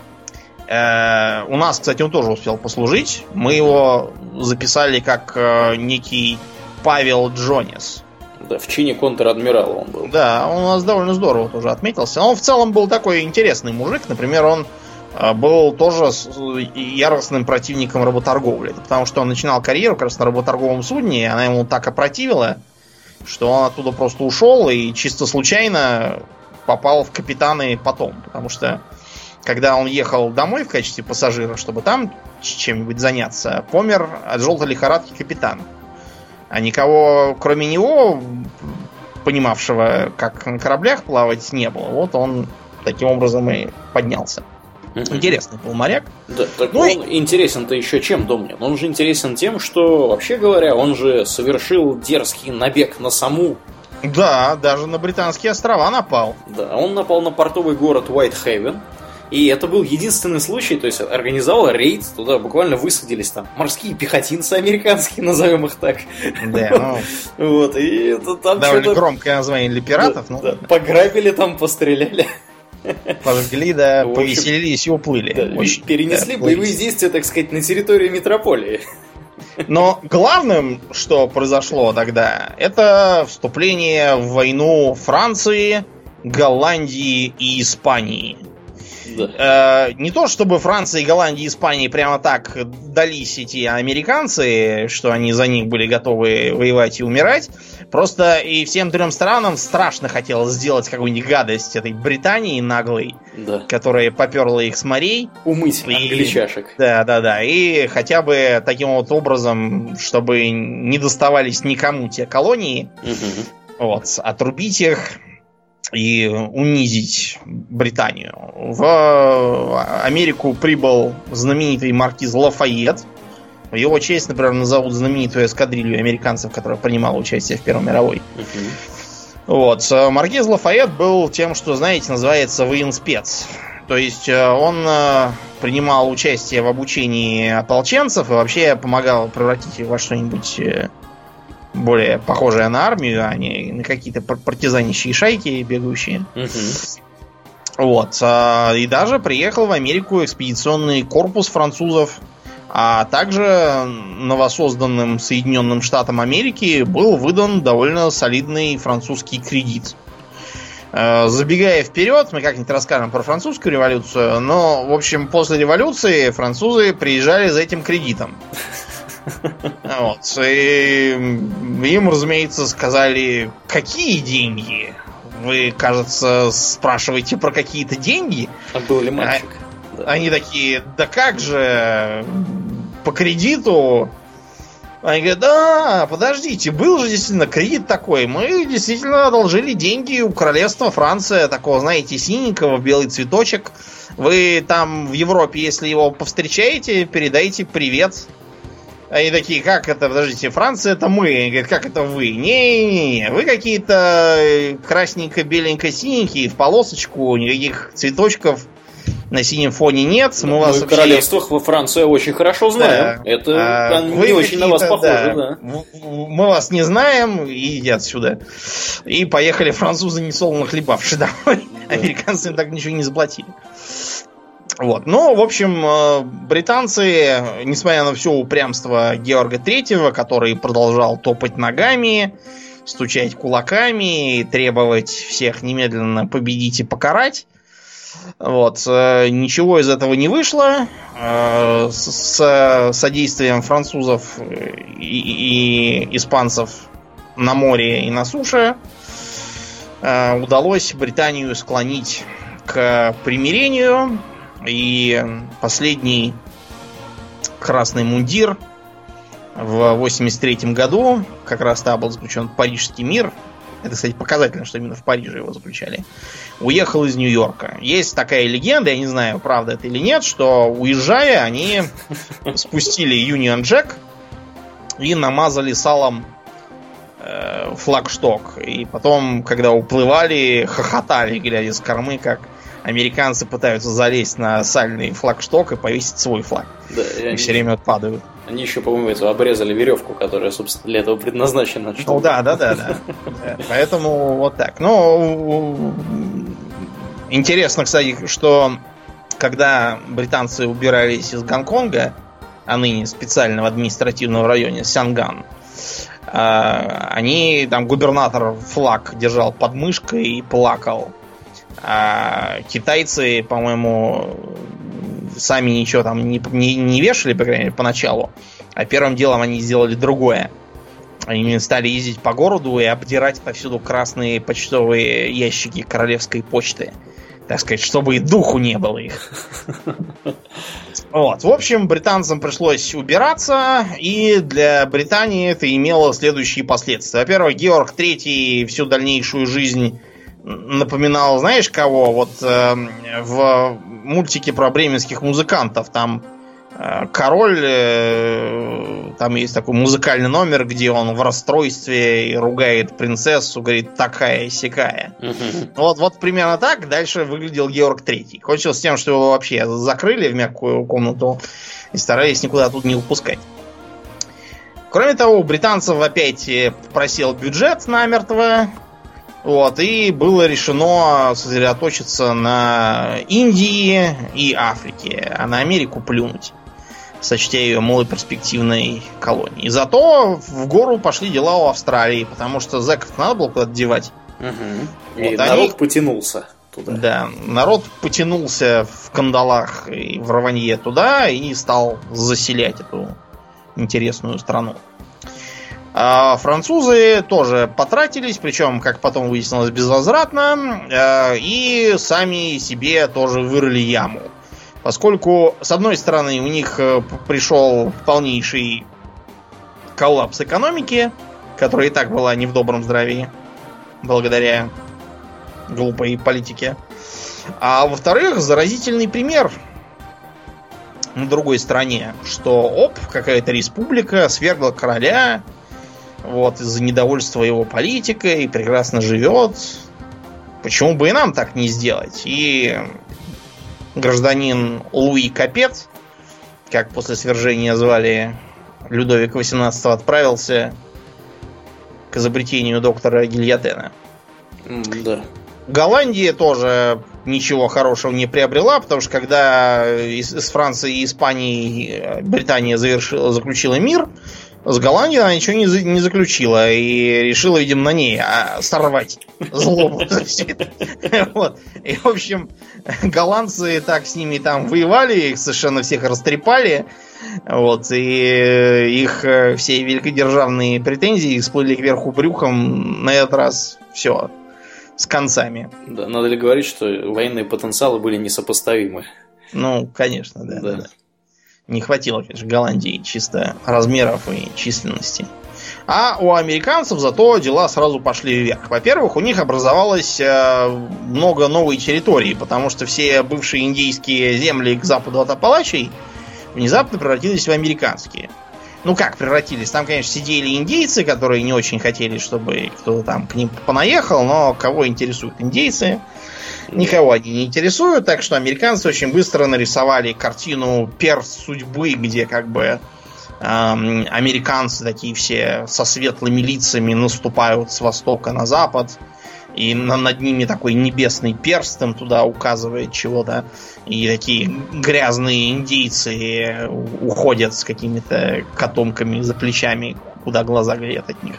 Э, у нас, кстати, он тоже успел послужить. Мы его записали как э, некий Павел Джонис. Да, в чине контр-адмирала он был. Да, он у нас довольно здорово тоже отметился. Он в целом был такой интересный мужик. Например, он э, был тоже с, яростным противником работорговли. Потому что он начинал карьеру как раз на работорговом судне, и она ему так опротивила, что он оттуда просто ушел и чисто случайно попал в капитаны потом. Потому что когда он ехал домой в качестве пассажира, чтобы там чем-нибудь заняться, помер от желтой лихорадки капитан. А никого, кроме него, понимавшего, как на кораблях плавать, не было. Вот он таким образом и поднялся. Mm-hmm. Интересный был моряк. Да, так ну, он и... интересен-то еще чем, Домнин? Он же интересен тем, что, вообще говоря, он же совершил дерзкий набег на Саму. Да, даже на Британские острова напал. Да, он напал на портовый город Уайтхейвен. И это был единственный случай, то есть организовал рейд, туда буквально высадились там морские пехотинцы американские, назовем их так. Да, ну... Вот, и там довольно громкое название для пиратов. Да, ну, да, пограбили там, постреляли. Пожгли, да, общем, повеселились и уплыли. Да, Очень, перенесли да, боевые действия, так сказать, на территорию метрополии. Но главным, что произошло тогда, это вступление в войну Франции, Голландии и Испании. Да. Э, не то, чтобы Франция, Голландия и Испания прямо так дались эти американцы, что они за них были готовы воевать и умирать. Просто и всем трем странам страшно хотелось сделать какую-нибудь гадость этой Британии наглой, да. которая поперла их с морей. Умыть и, англичашек. Да, да, да. И хотя бы таким вот образом, чтобы не доставались никому те колонии, угу. вот, отрубить их и унизить Британию. В Америку прибыл знаменитый маркиз Лафайет. В его честь, например, назовут знаменитую эскадрилью американцев, которая принимала участие в Первой мировой. Uh-huh. Вот. Маркиз Лафайет был тем, что, знаете, называется военспец. То есть он принимал участие в обучении ополченцев и вообще помогал превратить их во что-нибудь более похожее на армию, а не на какие-то партизанищие шайки бегающие. Uh-huh. Вот. И даже приехал в Америку экспедиционный корпус французов, а также новосозданным Соединенным Штатам Америки был выдан довольно солидный французский кредит. Забегая вперед, мы как-нибудь расскажем про французскую революцию, но, в общем, после революции французы приезжали за этим кредитом. Вот. И им, разумеется, сказали, какие деньги? Вы, кажется, спрашиваете про какие-то деньги? А был ли мальчик? А, они такие, да как же, по кредиту? Они говорят, да, подождите, был же действительно кредит такой. Мы действительно одолжили деньги у королевства Франция, такого, знаете, синенького, белый цветочек. Вы там в Европе, если его повстречаете, передайте привет. Они такие, как это, подождите, Франция это мы. Они говорят, как это вы? Не-не-не, вы какие-то красненько-беленько-синенькие, в полосочку, никаких цветочков на синем фоне нет. Мы ну, вас в вообще... королевствах во Франции очень хорошо знаем. Да. Это а, не очень на вас похоже, да. да. Мы вас не знаем, идите отсюда. И поехали французы несолоно хлебавши домой. Да. Американцы так ничего не заплатили. Вот. Но, в общем, британцы, несмотря на все упрямство Георга Третьего, который продолжал топать ногами, стучать кулаками и требовать всех немедленно победить и покарать, вот, ничего из этого не вышло. С содействием французов и, и испанцев на море и на суше удалось Британию склонить к примирению. И последний красный мундир в восемьдесят третьем году, как раз тогда был заключен Парижский мир. Это, кстати, показательно, что именно в Париже его заключали. Уехал из Нью-Йорка. Есть такая легенда, я не знаю, правда это или нет, что уезжая, они спустили Union Jack и намазали салом э, флагшток. И потом, когда уплывали, хохотали, глядя с кормы, как американцы пытаются залезть на сальный флагшток и повесить свой флаг. Да, и они все время падают. Они еще, по-моему, эту обрезали веревку, которая, собственно, для этого предназначена. Чтобы... Ну да, да, да, да. Поэтому вот так. Ну, интересно, кстати, что когда британцы убирались из Гонконга, а ныне специального административного района Сянган, они, там, губернатор флаг держал под мышкой и плакал. А китайцы, по-моему, сами ничего там не, не, не вешали, по крайней мере, поначалу. А первым делом они сделали другое. Они стали ездить по городу и обдирать повсюду красные почтовые ящики королевской почты. так сказать, чтобы и духу не было их. Вот. В общем, британцам пришлось убираться, и для Британии это имело следующие последствия. Во-первых, Георг Третий всю дальнейшую жизнь напоминал, знаешь, кого? Вот э, в мультике про бременских музыкантов там э, король, э, там есть такой музыкальный номер, где он в расстройстве и ругает принцессу, говорит, такая-сякая. Uh-huh. Вот, вот примерно так дальше выглядел Георг Третий. Кончилось тем, что его вообще закрыли в мягкую комнату и старались никуда тут не выпускать. Кроме того, у британцев опять просел бюджет намертво. Вот, и было решено сосредоточиться на Индии и Африке, а на Америку плюнуть, сочтя ее малоперспективной колонией. Зато в гору пошли дела у Австралии, потому что зэков надо было куда-то девать. Угу. И вот народ они... потянулся туда. Да, народ потянулся в кандалах и в рванье туда и стал заселять эту интересную страну. А французы тоже потратились, причем, как потом выяснилось, безвозвратно, и сами себе тоже вырыли яму. Поскольку, с одной стороны, у них пришел полнейший коллапс экономики, которая и так была не в добром здравии, благодаря глупой политике. А во-вторых, заразительный пример на другой стороне, что, оп, какая-то республика свергла короля, вот, из-за недовольства его политикой, прекрасно живет. Почему бы и нам так не сделать? И гражданин Луи Капет, как после свержения звали Людовика восемнадцатого, отправился к изобретению доктора Гильотена. Mm, да. Голландия тоже ничего хорошего не приобрела, потому что когда из, из Франции и Испании Британия завершила, заключила мир, с Голландией она ничего не, за, не заключила и решила, видимо, на ней а, сорвать злобу. Вот. И, в общем, голландцы так с ними там воевали, их совершенно всех растрепали. Вот, и их все великодержавные претензии всплыли кверху брюхом. На этот раз все с концами. Да, надо ли говорить, что военные потенциалы были несопоставимы? Ну, конечно, да. да. да. Не хватило, конечно, Голландии чисто размеров и численности. А у американцев зато дела сразу пошли вверх. Во-первых, у них образовалось э, много новой территории, потому что все бывшие индейские земли к западу от Апалачей внезапно превратились в американские. Ну как превратились? Там, конечно, сидели индейцы, которые не очень хотели, чтобы кто-то там к ним понаехал, но кого интересуют индейцы? Никого они не интересуют, так что американцы очень быстро нарисовали картину перст судьбы, где как бы эм, американцы такие все со светлыми лицами наступают с востока на запад, и на, над ними такой небесный перст им туда указывает чего-то, и такие грязные индейцы уходят с какими-то котомками за плечами, куда глаза глядят от них.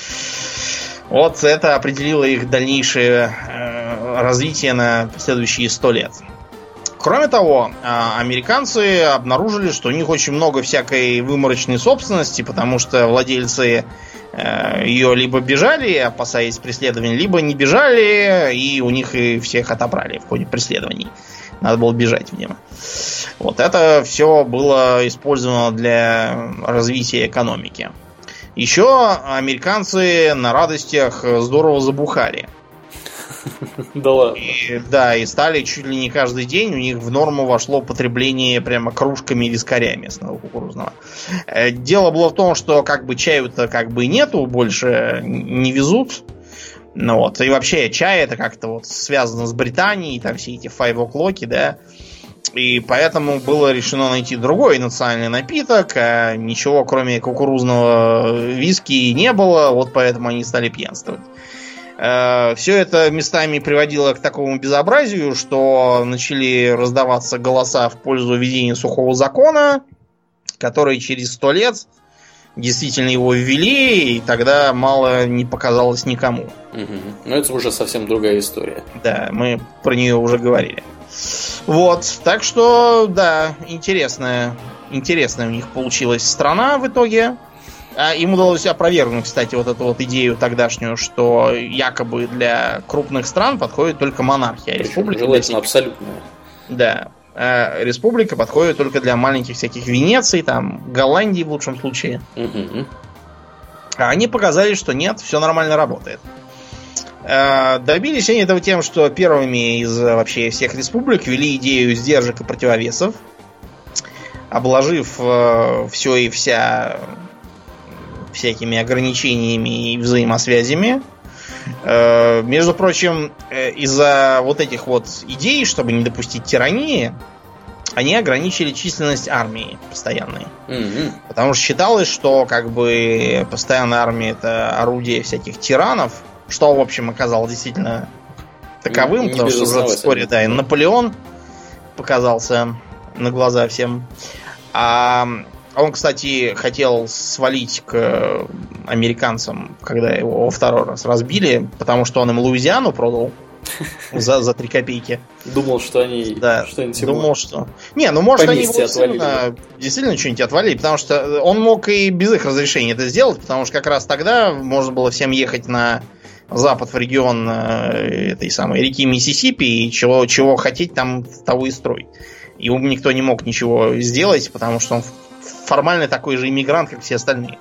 Вот это определило их дальнейшее э, развитие на следующие сто лет. Кроме того, э, американцы обнаружили, что у них очень много всякой выморочной собственности, потому что владельцы э, ее либо бежали, опасаясь преследований, либо не бежали, и у них и всех отобрали в ходе преследований. Надо было бежать, видимо. Вот это все было использовано для развития экономики. Еще американцы на радостях здорово забухали. Да ладно. И, да, и стали чуть ли не каждый день, у них в норму вошло потребление прямо кружками вискаря местного кукурузного. Дело было в том, что как бы чаю-то как бы нету, больше не везут. Ну вот, и вообще чай это как-то вот связано с Британией, там все эти файв-о'клоки, да. И поэтому было решено найти другой национальный напиток, а ничего кроме кукурузного виски не было, вот поэтому они стали пьянствовать. Все это местами приводило к такому безобразию, что начали раздаваться голоса в пользу введения сухого закона, который через сто лет действительно его ввели, и тогда мало не показалось никому. Угу. Но это уже совсем другая история. Да, мы про нее уже говорили. Вот, так что, да, интересная, интересная у них получилась страна в итоге. А им удалось опровергнуть, кстати, вот эту вот идею тогдашнюю, что якобы для крупных стран подходит только монархия. Причем республика желательно абсолютная. Да. А республика подходит только для маленьких всяких Венеций, там, Голландии в лучшем случае. Угу. А они показали, что нет, все нормально работает. А добились они этого тем, что первыми из вообще всех республик ввели идею сдержек и противовесов, обложив э, все и вся всякими ограничениями и взаимосвязями. Э, между прочим, э, из-за вот этих вот идей, чтобы не допустить тирании, они ограничили численность армии постоянной. Mm-hmm. Потому что считалось, что как бы постоянная армия это орудие всяких тиранов, что, в общем, оказалось действительно таковым, не, не потому что уже вскоре, да, и Наполеон показался на глаза всем. А он, кстати, хотел свалить к американцам, когда его во второй раз разбили, потому что он им Луизиану продал за, за три копейки. Думал, что они да, что-нибудь думал, что... Не, ну может они его действительно, действительно что-нибудь отвалили, потому что он мог и без их разрешения это сделать, потому что как раз тогда можно было всем ехать на запад в регион этой самой реки Миссисипи и чего, чего хотеть там того и строить. Ему никто не мог ничего сделать, потому что он формально такой же иммигрант, как все остальные.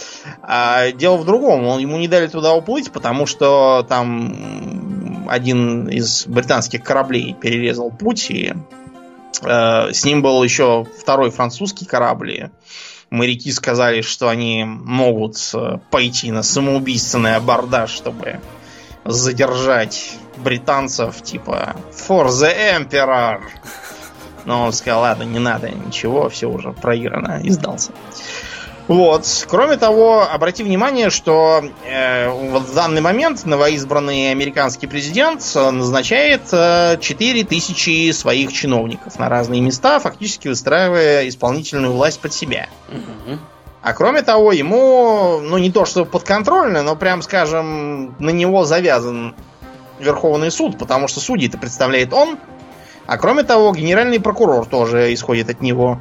А дело в другом. Он, ему не дали туда уплыть, потому что там один из британских кораблей перерезал путь, и э, с ним был еще второй французский корабль. И моряки сказали, что они могут пойти на самоубийственный абордаж, чтобы задержать британцев, типа «For the Emperor». Но он сказал, ладно, не надо, ничего, все уже проиграно, и сдался. Вот. Кроме того, обрати внимание, что э, вот в данный момент новоизбранный американский президент назначает э, четыре тысячи своих чиновников на разные места, фактически выстраивая исполнительную власть под себя. Угу. А кроме того, ему, ну не то что подконтрольно, но прям, скажем, на него завязан Верховный суд, потому что судей-то представляет он. А кроме того, генеральный прокурор тоже исходит от него.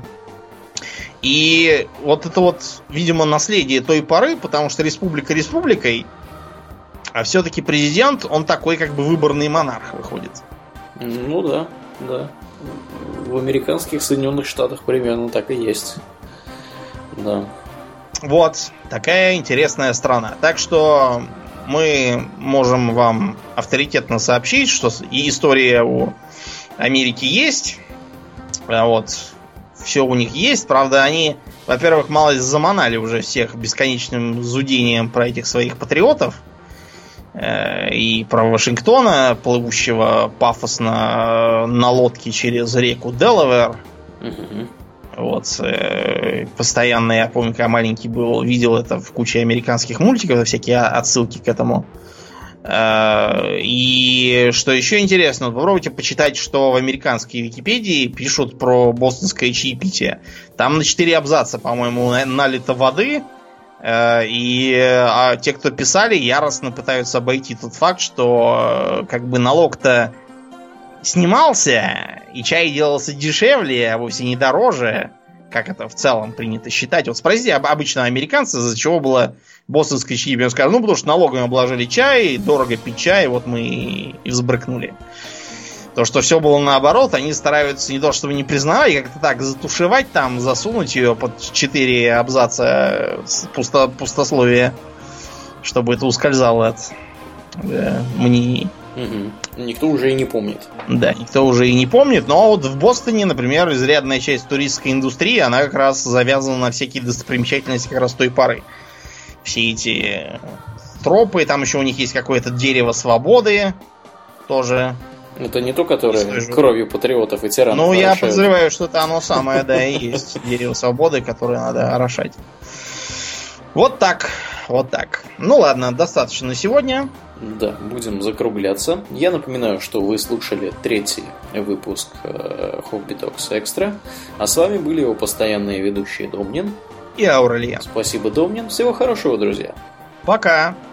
И вот это вот, видимо, наследие той поры, потому что республика республикой, а все-таки президент, он такой как бы выборный монарх выходит. Ну да, да. В американских Соединенных Штатах примерно так и есть. Да. Вот, такая интересная страна. Так что мы можем вам авторитетно сообщить, что и история у Америки есть. Вот. Все у них есть. Правда, они, во-первых, малость заманали уже всех бесконечным зудением про этих своих патриотов. Э, и про Вашингтона, плывущего пафосно на лодке через реку Делавэр. Угу. Вот. Э, постоянно, я помню, когда маленький был, видел это в куче американских мультиков, всякие отсылки к этому. И что еще интересно, попробуйте почитать, что в американской Википедии пишут про бостонское чаепитие. Там на четыре абзаца, по-моему, налито воды. И а те, кто писали, яростно пытаются обойти тот факт, что как бы налог-то снимался, и чай делался дешевле, а вовсе не дороже, как это в целом принято считать. Вот спросите обычного американца, из-за чего было бостонское чаепитие. Он скажет, ну, потому что налогами обложили чай, дорого пить чай, вот мы и взбрыкнули. То, что все было наоборот, они стараются не то, чтобы не признавать, как-то так затушевать там, засунуть ее под четыре абзаца пусто, пустословия, чтобы это ускользало от да, мнений. Угу. Никто уже и не помнит. Да, никто уже и не помнит, но вот в Бостоне, например, изрядная часть туристской индустрии, она как раз завязана на всякие достопримечательности как раз той поры. Все эти тропы, там еще у них есть какое-то дерево свободы, тоже. Это не то, которое кровью патриотов и тиранов Ну, орошают. я подозреваю, что это оно самое, да, и есть дерево свободы, которое надо орошать. Вот так, вот так. Ну ладно, достаточно на сегодня. Да, будем закругляться. Я напоминаю, что вы слушали третий выпуск Hobby Talks Extra, а с вами были его постоянные ведущие Домнин и Аурельян. Спасибо, Домнин. Всего хорошего, друзья. Пока.